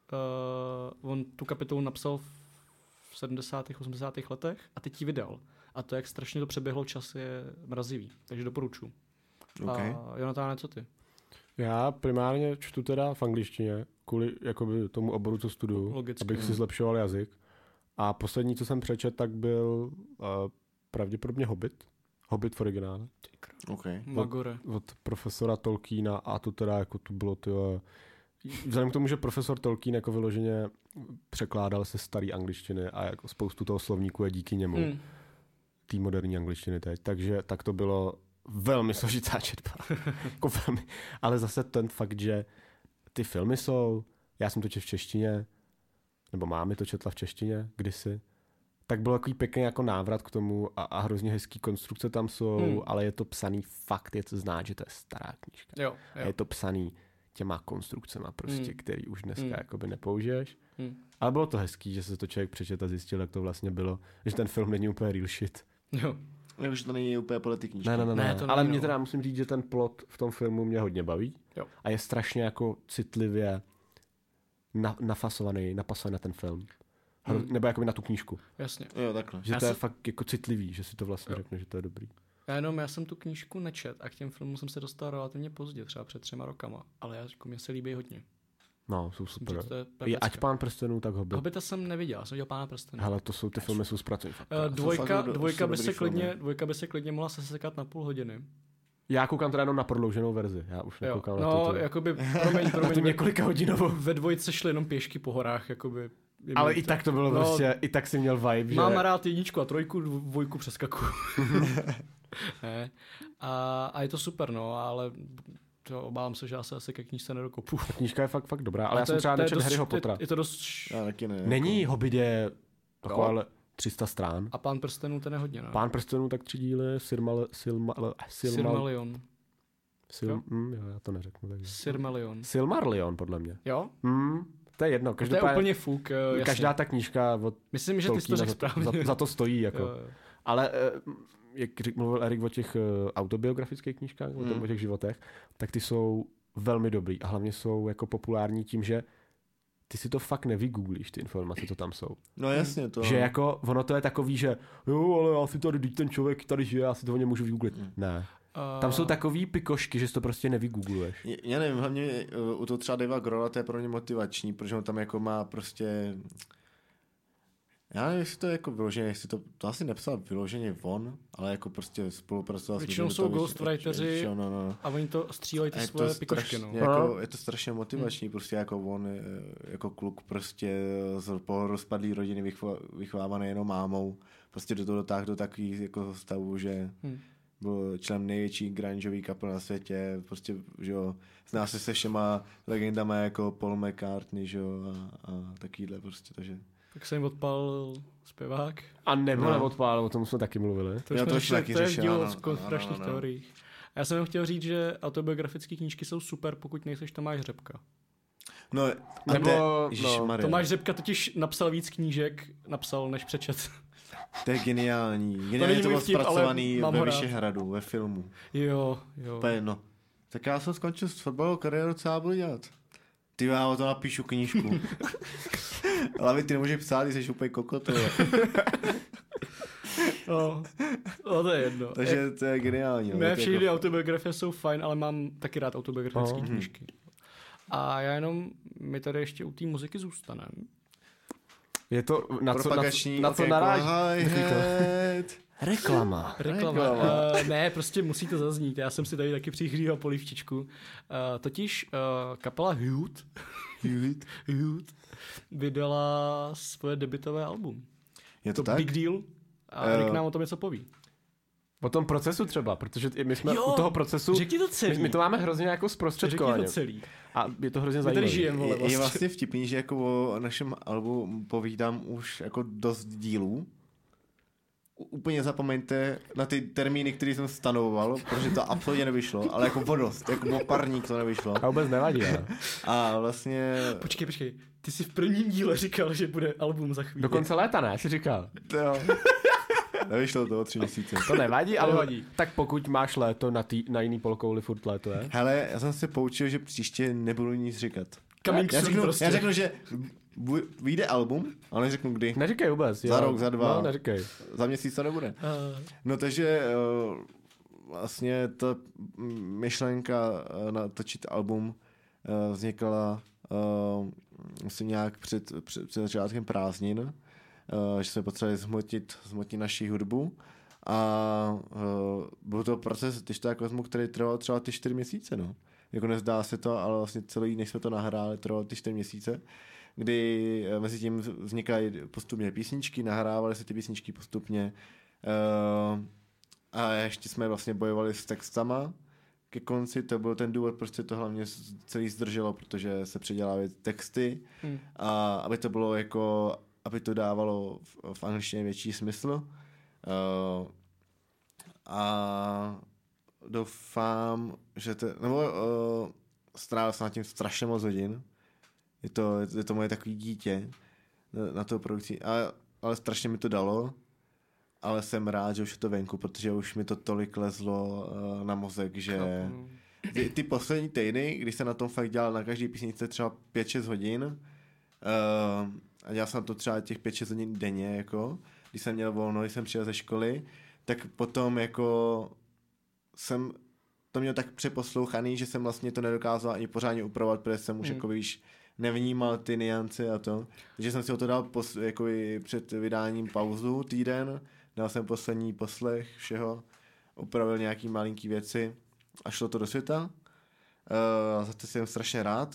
on tu kapitolu napsal v 70. 80. letech a teď ji vydal. A to, jak strašně to přeběhlo čas, je mrazivý. Takže doporučuji. Okay. A Jonatáne, co ty? Já primárně čtu teda v angličtině, kvůli jakoby tomu oboru, co studuju, abych si zlepšoval jazyk. A poslední, co jsem přečet, tak byl pravděpodobně Hobbit v originále. Okay. Magore. Od profesora Tolkiena a to teda jako to bylo vzhledem k tomu, že profesor Tolkien jako vyloženě překládal se starý angličtiny a jako spoustu toho slovníku je díky němu. Té moderní angličtiny teď. Takže tak to bylo velmi složitá četba. Jako velmi. Ale zase ten fakt, že ty filmy jsou, já jsem to četl v češtině, nebo mámy to četla v češtině kdysi, tak byl takový pěkný jako návrat k tomu a hrozně hezký konstrukce tam jsou, ale je to psaný fakt, je to znát, že to je stará knížka. Jo. A je to psaný těma konstrukcema prostě, který už dneska jakoby nepoužiješ. Ale bylo to hezký, že se to člověk přečet a zjistil, jak to vlastně bylo, že ten film není úplně real shit. Jo. Už to není úplně podle té knížky. Ne, ale mě teda musím říct, že ten plot v tom filmu mě hodně baví. Jo. A je strašně jako citlivě napasovaný na ten film. Nebo jakoby na tu knížku. Jasně. Jo, takhle. Že to je fakt jako citlivý, že si to vlastně řekne, že to je dobrý. Já jsem tu knížku nečet a k těm filmům jsem se dostal relativně pozdě, třeba před 3 rokama. Ale mně se líbí hodně. No, jsou super. Je ať Pán prstenů, tak Hobbit. Hobbita jsem neviděl, jsem viděl Pána prstenů. Hele, ty filmy jsou zpracované. Dvojka by se klidně mohla sesekat na půl hodiny. Já koukám teda jenom na prodlouženou verzi. Já už nekoukám na to. No, jakoby, promiň, několika hodinovou. Ve 2 šli jenom pěšky po horách, jakoby. Ale i tak to bylo prostě, i tak si měl vibe, že... Mám rád 1 a 3, 2 přeskakuju. Ne. A je to super, no, ale to obávám se, že já se asi ke knížce nedokopu. Ta knížka je fakt dobrá, ale já jsem třeba nečet Harryho Pottera. Je to dost... Není, Hobbit je ale 300 strán. A Pán prstenů ten je hodně, ne? Pán prstenů tak 3 díly, Silmarillion. Jo, já to neřeknu. Silmarillion, podle mě. Jo? To je jedno. To je úplně fuk. Každá ta knížka od myslím, že ty jsi to řekl správně. Za to stojí. Jako. Jo. Ale jak mluvil Erik o těch autobiografických knížkách, o těch životech, tak ty jsou velmi dobrý a hlavně jsou jako populární tím, že ty si to fakt nevygooglíš, ty informace, co tam jsou. No jasně to. Že jako ono to je takový, že jo, ale já si tady, ten člověk tady žije, já si to o něm můžu vygooglit. Ne. Tam jsou takový pikošky, že si to prostě nevygoogluješ. Já nevím, hlavně u toho třeba Davea Grohla to je pro mě motivační, protože on tam jako má prostě Já nevím, jestli to je jako vyloženě, jestli to asi nepsal vyloženě on, ale jako prostě spolupracoval s většinou jsou ghostwriteri a oni to střílejí ty svoje pikošky. Jako, je to strašně motivační, prostě jako on, jako kluk prostě z rozpadlý rodiny vychovávaný jenom mámou, prostě do toho dotáhl do takových jako stavu, že byl člen největší grungeový kapel na světě, prostě, že jo, zná se všema legendama jako Paul McCartney, že jo, a takovýhle prostě, takže... Tak se jim odpal zpěvák. A nebo neodpál, o tom jsme taky mluvili. To je díl z konspiračních teorií. A já jsem jen chtěl říct, že autobiografické knížky jsou super, pokud nejseš Tomáš Řepka. No, Tomáš Řepka totiž napsal víc knížek, než přečet. To je geniální. Geniálně to bylo zpracovaný ve Vyšehradu, ve filmu. Jo. No. Tak já jsem skončil s fotbalovou kariéru, co já budu dělat? Ty, já o to napíšu knížku. Ale ty nemůžeš psát, když jsi úplně kokot. No, to je jedno. Takže to je geniální. Ne, všechny autobiografie jsou fajn, ale mám taky rád autobiografické knížky. A já jenom, my tady ještě u té muziky zůstaneme. Je to na co naráží? Reklama. Ne, prostě musí to zaznít. Já jsem si tady taky přihříval polívčičku. Totiž kapela Hued vydala svoje debutové album. Je to tak? Big Deal. A Rick nám o tom něco poví. O tom procesu třeba, protože my jsme u toho procesu... Řekni to celý. My to máme hrozně jako zprostředkovaně. Řekni to celý. A je to hrozně zajímavé. Je vlastně vtipný, že jako o našem albu povídám už jako dost dílů. Úplně zapomeňte na ty termíny, které jsem stanovoval, protože to absolutně nevyšlo, ale jako vodost, jako parník to nevyšlo. A vůbec nevadí, ale. A vlastně... Počkej, ty jsi v prvním díle říkal, že bude album za chvíli. Do konce léta, ne? Jsi říkal. Jo. Nevyšlo to o 3 měsíce. To nevadí, ale vadí. Tak pokud máš léto na jiný polkouli, furt léto je. Hele, já jsem se poučil, že příště nebudu nic říkat. Já řeknu, že vyjde album, ale neřeknu kdy. Neříkej vůbec. Za rok, za 2. No, neříkej. Za měsíc to nebude. No takže vlastně ta myšlenka natočit album vznikla vlastně nějak před začátkem prázdnin, že jsme potřebovali zhmotit naši hudbu a byl to proces, když to jako vezmu, který trval třeba ty 4 měsíce, no. Jako nezdá se to, ale vlastně celý, než jsme to nahráli, trvalo ty 4 měsíce, kdy mezi tím vznikaly postupně písničky, nahrávaly se ty písničky postupně a ještě jsme vlastně bojovali s textama ke konci, to byl ten důvod, proč se to hlavně celý zdrželo, protože se předělávaly texty a aby to bylo jako, aby to dávalo v angličtině větší smysl a doufám, že strávil jsem na tím strašně moc hodin. Je to moje takový dítě na to produkci, ale strašně mi to dalo, ale jsem rád, že už je to venku, protože už mi to tolik lezlo na mozek, že ty poslední týdny, když jsem na tom fakt dělal na každý písničce třeba 5-6 hodin a dělal jsem na to třeba těch 5-6 hodin denně, jako, když jsem měl volno, když jsem přijel ze školy, tak potom jako jsem to měl tak přeposlouchaný, že jsem vlastně to nedokázal ani pořádně upravovat, protože jsem už jako víš, nevnímal ty niance a to. Takže jsem si o to dal před vydáním pauzu týden, dal jsem poslední poslech všeho, upravil nějaký malinký věci a šlo to do světa. Za to jsem strašně rád.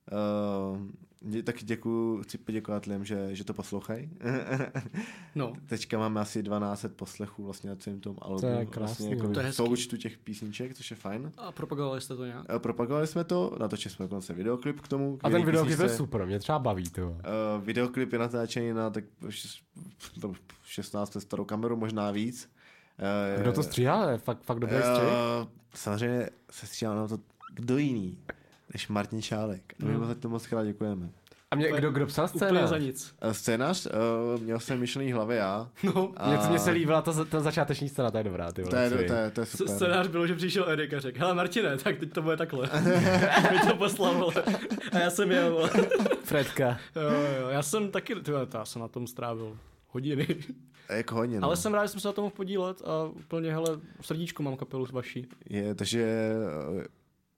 Taky chci poděkovat lidem, že to poslouchají. No. Teďka máme asi 12 poslechů vlastně na celém tom albu. To je krásný. Vlastně jako součtu těch písniček, což je fajn. A propagovali jste to nějak? Propagovali jsme to, natočili jsme dokonce videoklip k tomu. A ten videoklip je super, mě třeba baví to. Videoklip je natáčený na tak 16 starou kameru, možná víc. Kdo to stříhal? Fakt dobrý střih? Samozřejmě se stříhal na to kdo jiný než Martin Šálek. My za to moc krát děkujeme. A kdo psal scénář? Úplně za nic. Scénář? Měl jsem myšlený hlavě já. No. Mně se líbila ta začáteční scéna, ta je dobrá. Ty to je super. Scénář bylo, že přišel Erik a řekl, hele Martine, tak teď to bude takhle. Mi to poslal, vole. A já jsem jel, vole. Fredka. Jo, já jsem taky, já jsem na tom strávil hodiny. Jako hodně, no. Ale jsem rád, že jsem se na tom podílet a úplně, hele, srdíčko mám kapelu s vaší. Takže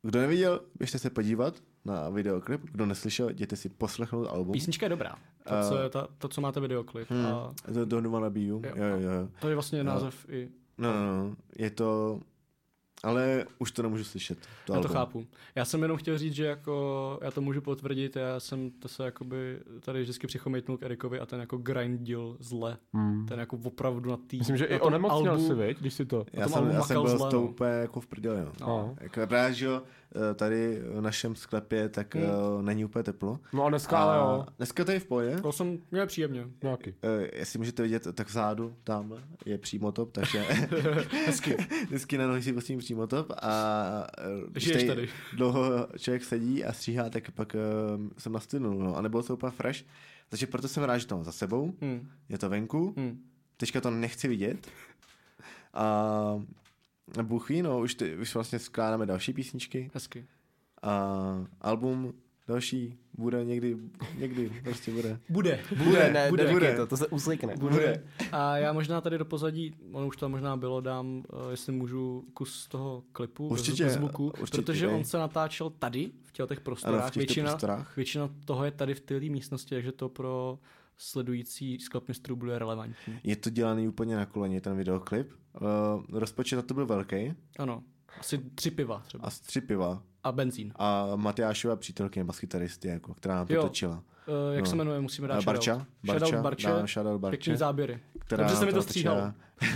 kdo neviděl, běžte se podívat na videoklip. Kdo neslyšel, jděte si poslechnout album. Písnička je dobrá. To, co máte videoklip. A... Don't Wanna Be You. Jo. To je vlastně název i... No. Je to... Ale už to nemůžu slyšet. Já to chápu. Já jsem jenom chtěl říct, že jako já to můžu potvrdit, já jsem to se jakoby tady vždycky přichomejtnul k Erikovi a ten jako grindil zle. Ten jako opravdu na tý... Myslím, že i onemocněl si, viď, když si to... Já jsem byl zle, to úplně jako v prdeli, no. Jako rád, že tady v našem sklepě tak není úplně teplo. No a dneska ale jo. Dneska tady v pohodě. To jsem měl příjemně. Nějaký. Jestli můžete vidět, tak vzadu, tamhle je přímotop, takže hezky na nohy si pustím přímotop a žiješ tady. Dlouho člověk sedí a stříhá, tak pak jsem nastydnul, no. A nebylo to úplně fresh, takže proto jsem rád, že to mám za sebou, je to venku, teďka to nechci vidět a Bůh ví, no, už vlastně skládáme další písničky. Hezky. A album další bude někdy prostě bude. Bude. To se uslikne. Bude. A já možná tady do pozadí, ono už to možná bylo, dám, jestli můžu kus toho klipu, určitě, zvuku, protože on se natáčel tady, v těch prostorách. Ano, většina toho je tady v této místnosti, takže to pro sledující sklepmistrů bude relevantní. Je to dělaný úplně na koleně, ten videoklip. Rozpočet na to byl velký. Ano, asi 3 piva třeba. Asi 3 piva. A benzín. A Matyášova přítelkyně, baskytaristy, jako, která nám to točila. Jak se jmenuje, musíme dát Barča. Shoutout Barče. Pěkný záběry. Dobře se mi to stříhalo.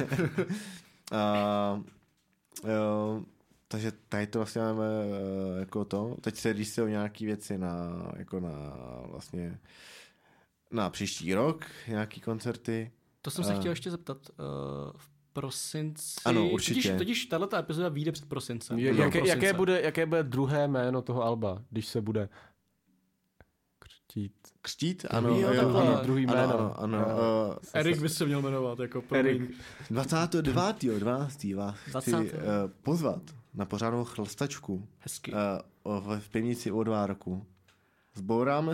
Takže tady to vlastně máme jako to. Teď se rýsou nějaký věci na příští rok, nějaký koncerty. To jsem se chtěl ještě zeptat. V prosinci... Ano, určitě. Totiž tato epizoda vyjde před prosincem. Jaké bude druhé jméno toho alba, když se bude křtít? Ano, druhý jméno. Ano. Erik by se měl jmenovat, jako Erik. 29.12. vás chci pozvat na pořádnou chlastačku. Hezky. V pivnici o 2 roku. Zbouráme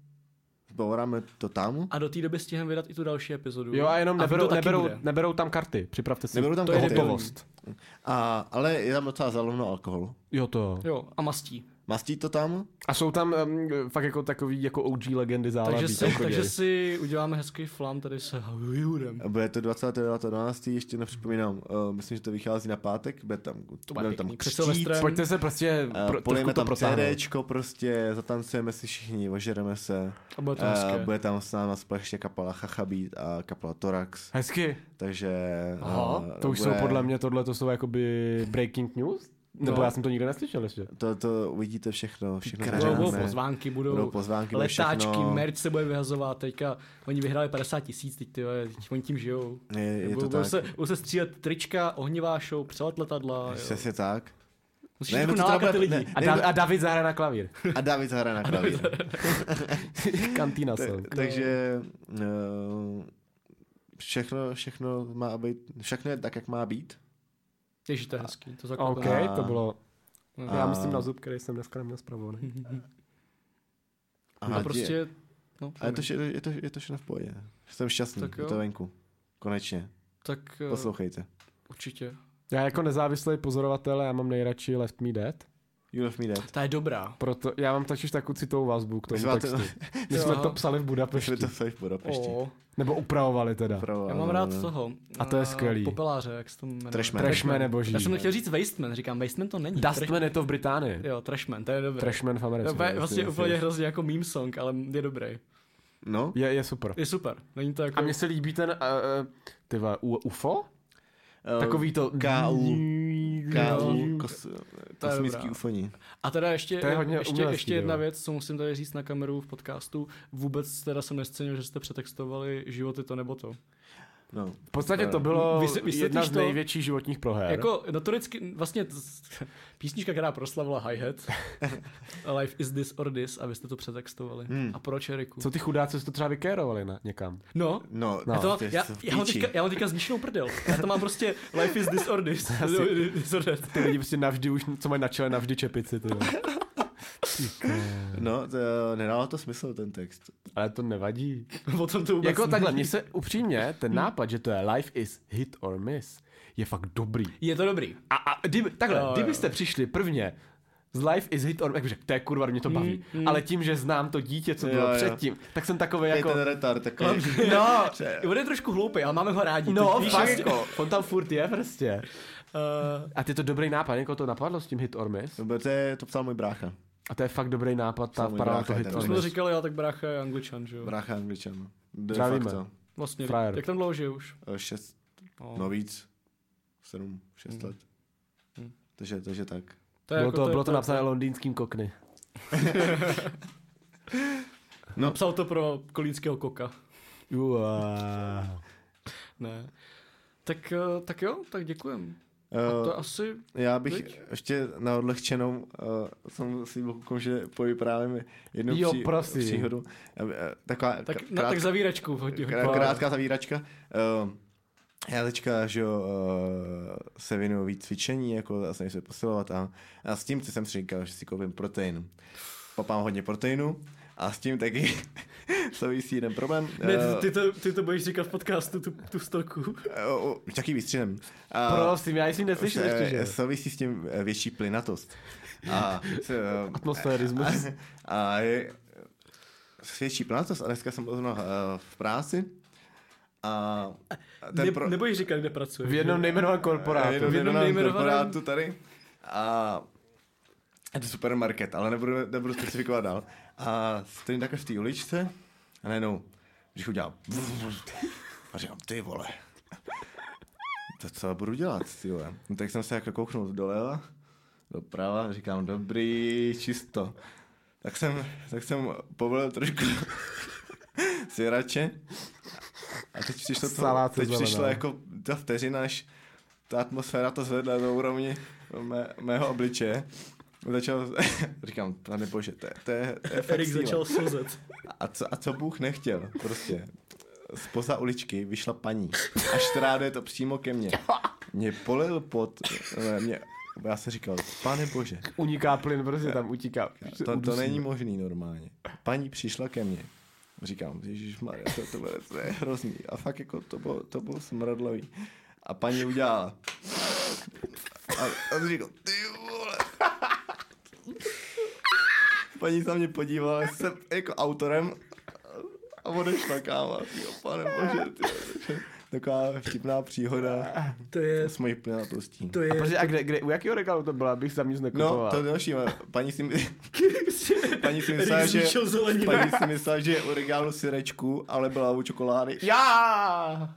to tam. A do té doby stihneme vydat i tu další epizodu. Jo, a jenom neberou tam karty. Připravte si. Neberou tam hotovost. Ale je tam docela zalovno alkoholu. Jo, a mastí. Mastí to tam? A jsou tam fakt jako takový jako OG legendy záladí. Takže si uděláme hezký flam tady s Hollywoodem. Bude to 29.12. ještě nepřipomínám. Myslím, že to vychází na pátek. Bude tam křtít. Pojďte se prostě polejeme tam CDčko, prostě zatancujeme si všichni, ožereme se. A bude to hezké. Bude tam s náma společně kapela Chachabít a kapela Thorax. Hezky. Takže... to už jsou podle mě, tohle to jsou jakoby breaking news? Nebo já jsem to nikdy neslyšel ještě. To uvidíte všechno. Budou pozvánky, budou letáčky, merch se bude vyhazovat. Teďka oni vyhráli 50 000, teď oni tím žijou. Budou se střílet trička, ohnivá show, přelet letadla. Přesně tak. Musíš nalákat ty lidi. A David zahraje na klavír. Kantýna jsou. Takže všechno má být, všechno je tak, jak má být. Ježiš, to je hezký. To bylo... Já myslím na zub, který jsem dneska neměl zpravovaný. A prostě... A je to všechno v pohodě. Jsem šťastný, je to venku. Konečně. Tak... Poslouchejte. Určitě. Já jako nezávislý pozorovatel, já mám nejradši Left Me Dead. You Left Me Dead. Ta je dobrá. Proto já mám totiž takovou citovou vazbu k tomu textu. My jsme to psali v Budapešti. Nebo upravovali teda. Já mám rád toho. A to je skvělý. Popeláře, jak se to jmenuje. Trashman nebo Já jsem chtěl říct Wasteman, říkám, Wasteman to není. Dustman je to v Británii. Jo, Trashman, to je dobré. Trashman v Americe. Vlastně úplně hrozně jako meme song, ale je dobrý. No? Je super. Je super. Není to jako... A mně se líbí ten UFO? Takový to... Kosmický ufoní. A teda ještě jedna věc, co musím tady říct na kameru v podcastu. Vůbec teda jsem nescenil, že jste přetextovali Život je to nebo to. No. V podstatě to bylo jedna z největších životních proher. Jako notoricky, vlastně písnička, která proslavila Hi-Hat, Life is this or this, a vy jste to přetextovali. A proč, Eriku? Co ty chudáci, jste to třeba vykérovali někam? No. Já mám teďka zničenou prdel. Já to mám prostě Life is this or this. Ty lidi prostě navždy už, co mají na čele, navždy čepici. No, nedává to smysl, ten text. Ale to nevadí. Potom to vůbec jako takhle, mně se upřímně, ten nápad, že to je life is hit or miss, je fakt dobrý. Je to dobrý. Kdybyste přišli prvně z Life is Hit or Miss, to je kurva, mě to baví, ale tím, že znám to dítě, co bylo předtím, tak jsem takový jako... ten retard, takový. No, on je trošku hloupý, ale máme ho rádi. No, fakt jako, on tam furt je prostě. A ty to dobrý nápad, někoho to napadlo s tím Hit or Miss? To psal můj brácha. A to je fakt dobrý nápad, ta paráda to Hit or Miss. Jsme to říkali, já tak brácha je Angličan, že jo? Brácha je Angličan. Zdravíme. Vlastně, Frajer. jak tam dlouho žije už? 6, no víc, 7, 6 let. Takže tak. Bylo to napsané londýnským kokny. No. Psal to pro kolínského koka. Wow. Ne. Tak jo, tak děkujem. To asi... Já bych ještě na odlehčenou jsem si koukal, že povyprávím jednu příhodu. Tak zavíračku. Krátká zavíračka. Já teďka, že se věnuju víc cvičení, jako a snažím se posilovat a s tím, co jsem si říkal, že si koupím protein. Popám hodně proteinu a s tím taky souvisí jeden problém. Ne, ty to budeš říkat v podcastu, tu stoku. Taky výstřinem. Prosím, já jsem neslyšel ještě, že? Souvisí s tím větší plynatost. Atmosférismus. A je větší plynatost a dneska jsem byl v práci. Nebudeš říkat, kde pracuješ. V jednom nejmenovaném korporátu. V jednom nejmenovaném korporátu tady. A je to supermarket, ale nebudu specifikovat dál. A stojím takhle v té uličce a najednou, když udělám a říkám, ty vole, to co budu dělat, ty vole. No, tak jsem se jako kouknul doleva, doprava a říkám, dobrý, čisto. Tak jsem povolil trošku svěrače a teď přišlo jako ta vteřina, než ta atmosféra to zvedla do úrovni mého obličeje. Začal, říkám, pane bože, to je fakt Erik síla. začal slzet. A co Bůh nechtěl, prostě. Spoza uličky vyšla paní a štráduje to přímo ke mně. Mě polil pot, já jsem říkal, pane bože. Uniká plyn, prostě tam utíká. To není možný normálně. Paní přišla ke mně. Říkám, ježišmarja, to je hrozný. A fakt jako to bylo smradlový. A paní udělala. A říkal, ty vole. Paní se mě podívala, jsem jako autorem a odešla, káma. Tyjo, pane bože, tyjo. Taková vtipná příhoda s mojí plynatostí. A kde, u jakého regálu to byla, abych tam nic nekupoval? No, to je další. Paní si myslela, že je u regálu syrečku, ale byla u čokolády. Já!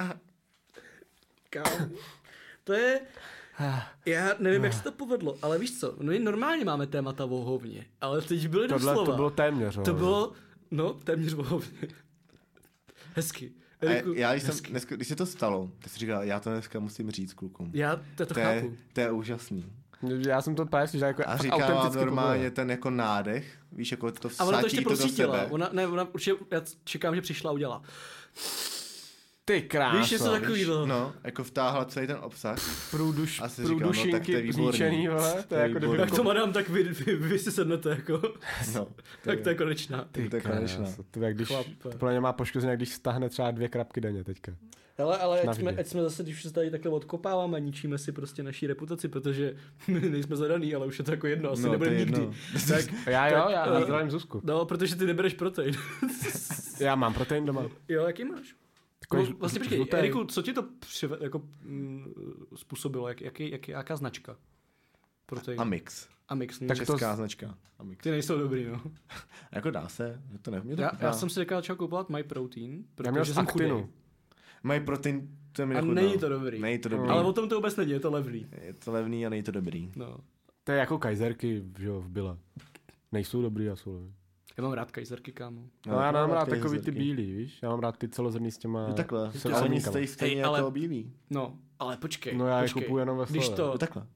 Kámo. To je... Já nevím, jak se to povedlo, ale víš co, my normálně máme témata o hovně, ale teď byly doslova. To bylo téměř. To bylo, téměř o hovně. Hezky. Eriku, když se to stalo, tak si říkal, já to dneska musím říct klukům. Já to chápu. To je úžasný. Já jsem to právě jako a říkám vám normálně ten jako nádech, víš, jako to vsátí to do sebe. Ona určitě, já čekám, že přišla a udělala. Ty krása. Víš, něco takovýhle. No, jako vtáhla celý ten obsah. Průdušinky zničený, vole. To je jako kdyby... Tak to madám, tak vy si sednete, jako. No. Tak to je konečná. To je konečná. To je, když podle mě má poškozené, když stahne třeba 2 krapky denně teďka. Hele, ale ať jsme zase, když se tady takhle odkopáváme a ničíme si prostě naší reputaci, protože my nejsme zadaný, ale už je to jako jedno, asi nebude nikdy. Tak, já zdravím Zuzku. No, protože ty nebereš protein. Já mám protein doma. Jo, jaký máš? Vlastně počkej, Eriku, co ti to způsobilo? Jaká značka? Protein. Amix. Tak česká značka. Amix. Ty nejsou dobrý, no. Jako dá se, to nevím. Já jsem si začal kupovat MyProtein, protože jsem chudý. MyProtein, to mi nechutná. A není to dobrý. Ale o tom to vůbec není, je to levný. Je to levný a není to dobrý. No. To je jako kajzerky, že v Bile. Nejsou dobrý a jsou dobrý. Já mám rád kajzerky, kámo. No, já mám rád takový ty bílý, víš? Já mám rád ty celozrnný s těma... No takhle, ale oni stojí stejně jako bílý. No, ale počkej. No já je kupuju jenom ve Když to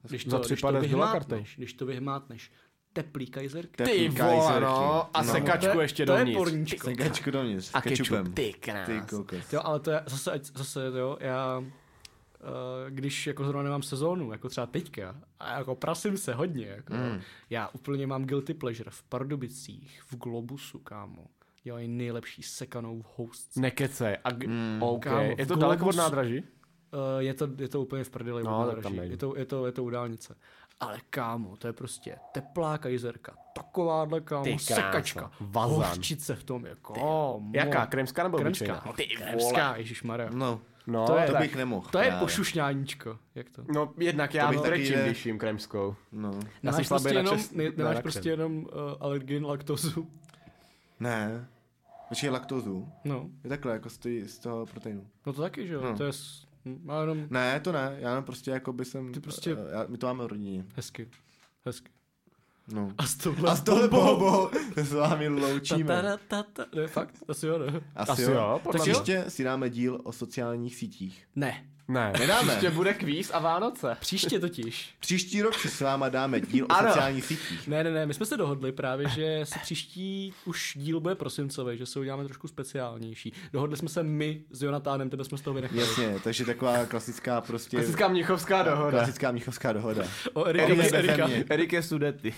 vyhmátneš, teplý kajzerky. Ty vole, no. A sekačku ještě dovnitř. To je porníčko. Sekačku dovnitř. A kečup, ty krás. Ty jo, ale to je zase jo, já... když jako zrovna nemám sezónu, jako třeba teďka, a jako prasím se hodně, jako, já úplně mám guilty pleasure v Pardubicích, v Globusu, kámo. Dělají nejlepší sekanou host. Nekecej. Okay. Je to daleko od nádraží? Je to úplně v prdeli od nádraží. Je to u dálnice. Ale kámo, to je prostě teplá kajzerka. Takováhle kámo, Ty krása, sekačka. vazan. Hořčice v tom jako. Jaká? Kremská nebo Kremská. obyčejná? Ty kremská, ježišmarja. No, To je to tak. bych nemohl. To je právě. pošušňáníčko. Jak to? No jednak já bych taky trečím, ne. když jim kremskou. No. Nemáš slabý prostě na jenom, čes- nemáš na prostě krem. jenom alergii na laktózu. Ne. Počkej, laktózu. No. Je takhle, jako z toho proteinu. No to taky, že jo? No. To je má jenom Ne, to ne. Já jenom prostě jako by jsem... Ty prostě- my to máme v rodině. hezky. No. A s touhle A z tohle bobo se s vámi loučíme. Ne, fakt? Asi jo, ne? Asi jo. podle Tak mě. ještě si dáme díl o sociálních sítích. Ne. Ne, Nedáme. Příště bude kvíz a Vánoce. Příště totiž. Příští rok si s váma dáme díl o Ano. sociálních sítích. Ne, my jsme se dohodli právě, že se příští už díl bude prosincový, že se uděláme trošku speciálnější. Dohodli jsme se my s Jonatánem, tebe jsme z toho vynechali. Jasně, takže taková klasická prostě... Klasická mnichovská dohoda. Klasická mnichovská dohoda. O Erik Erika je bez Erika. ve mně. Erik je Sudety.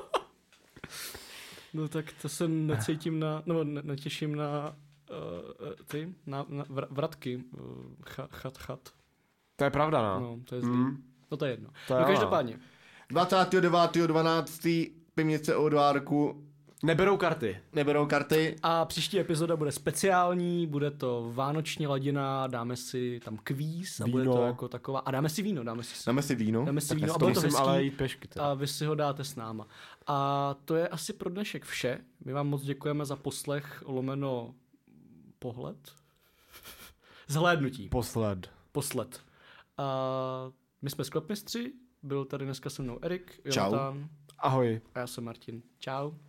No tak to se necítím na, nebo netěším na na vratky. Chat. To je pravda, no. No, to je zlý. No to je jedno. To No jo, každopádně. 29.12. Pivnice o dvárku. Neberou karty. Neberou karty. A příští epizoda bude speciální, bude to vánoční ladina, dáme si tam kvíz a bude Víno. to jako taková, a dáme si víno. Dáme si víno. Dáme si Tak víno a hezky. bude to Musím hezký. ale jít pešky. Teda. A vy si ho dáte s náma. A to je asi pro dnešek vše. My vám moc děkujeme za poslech / pohled? Zhlédnutí. Posled. A my jsme Sklepmistři, byl tady dneska se mnou Erik, Čau. Jonatán Ahoj. a já jsem Martin. Čau.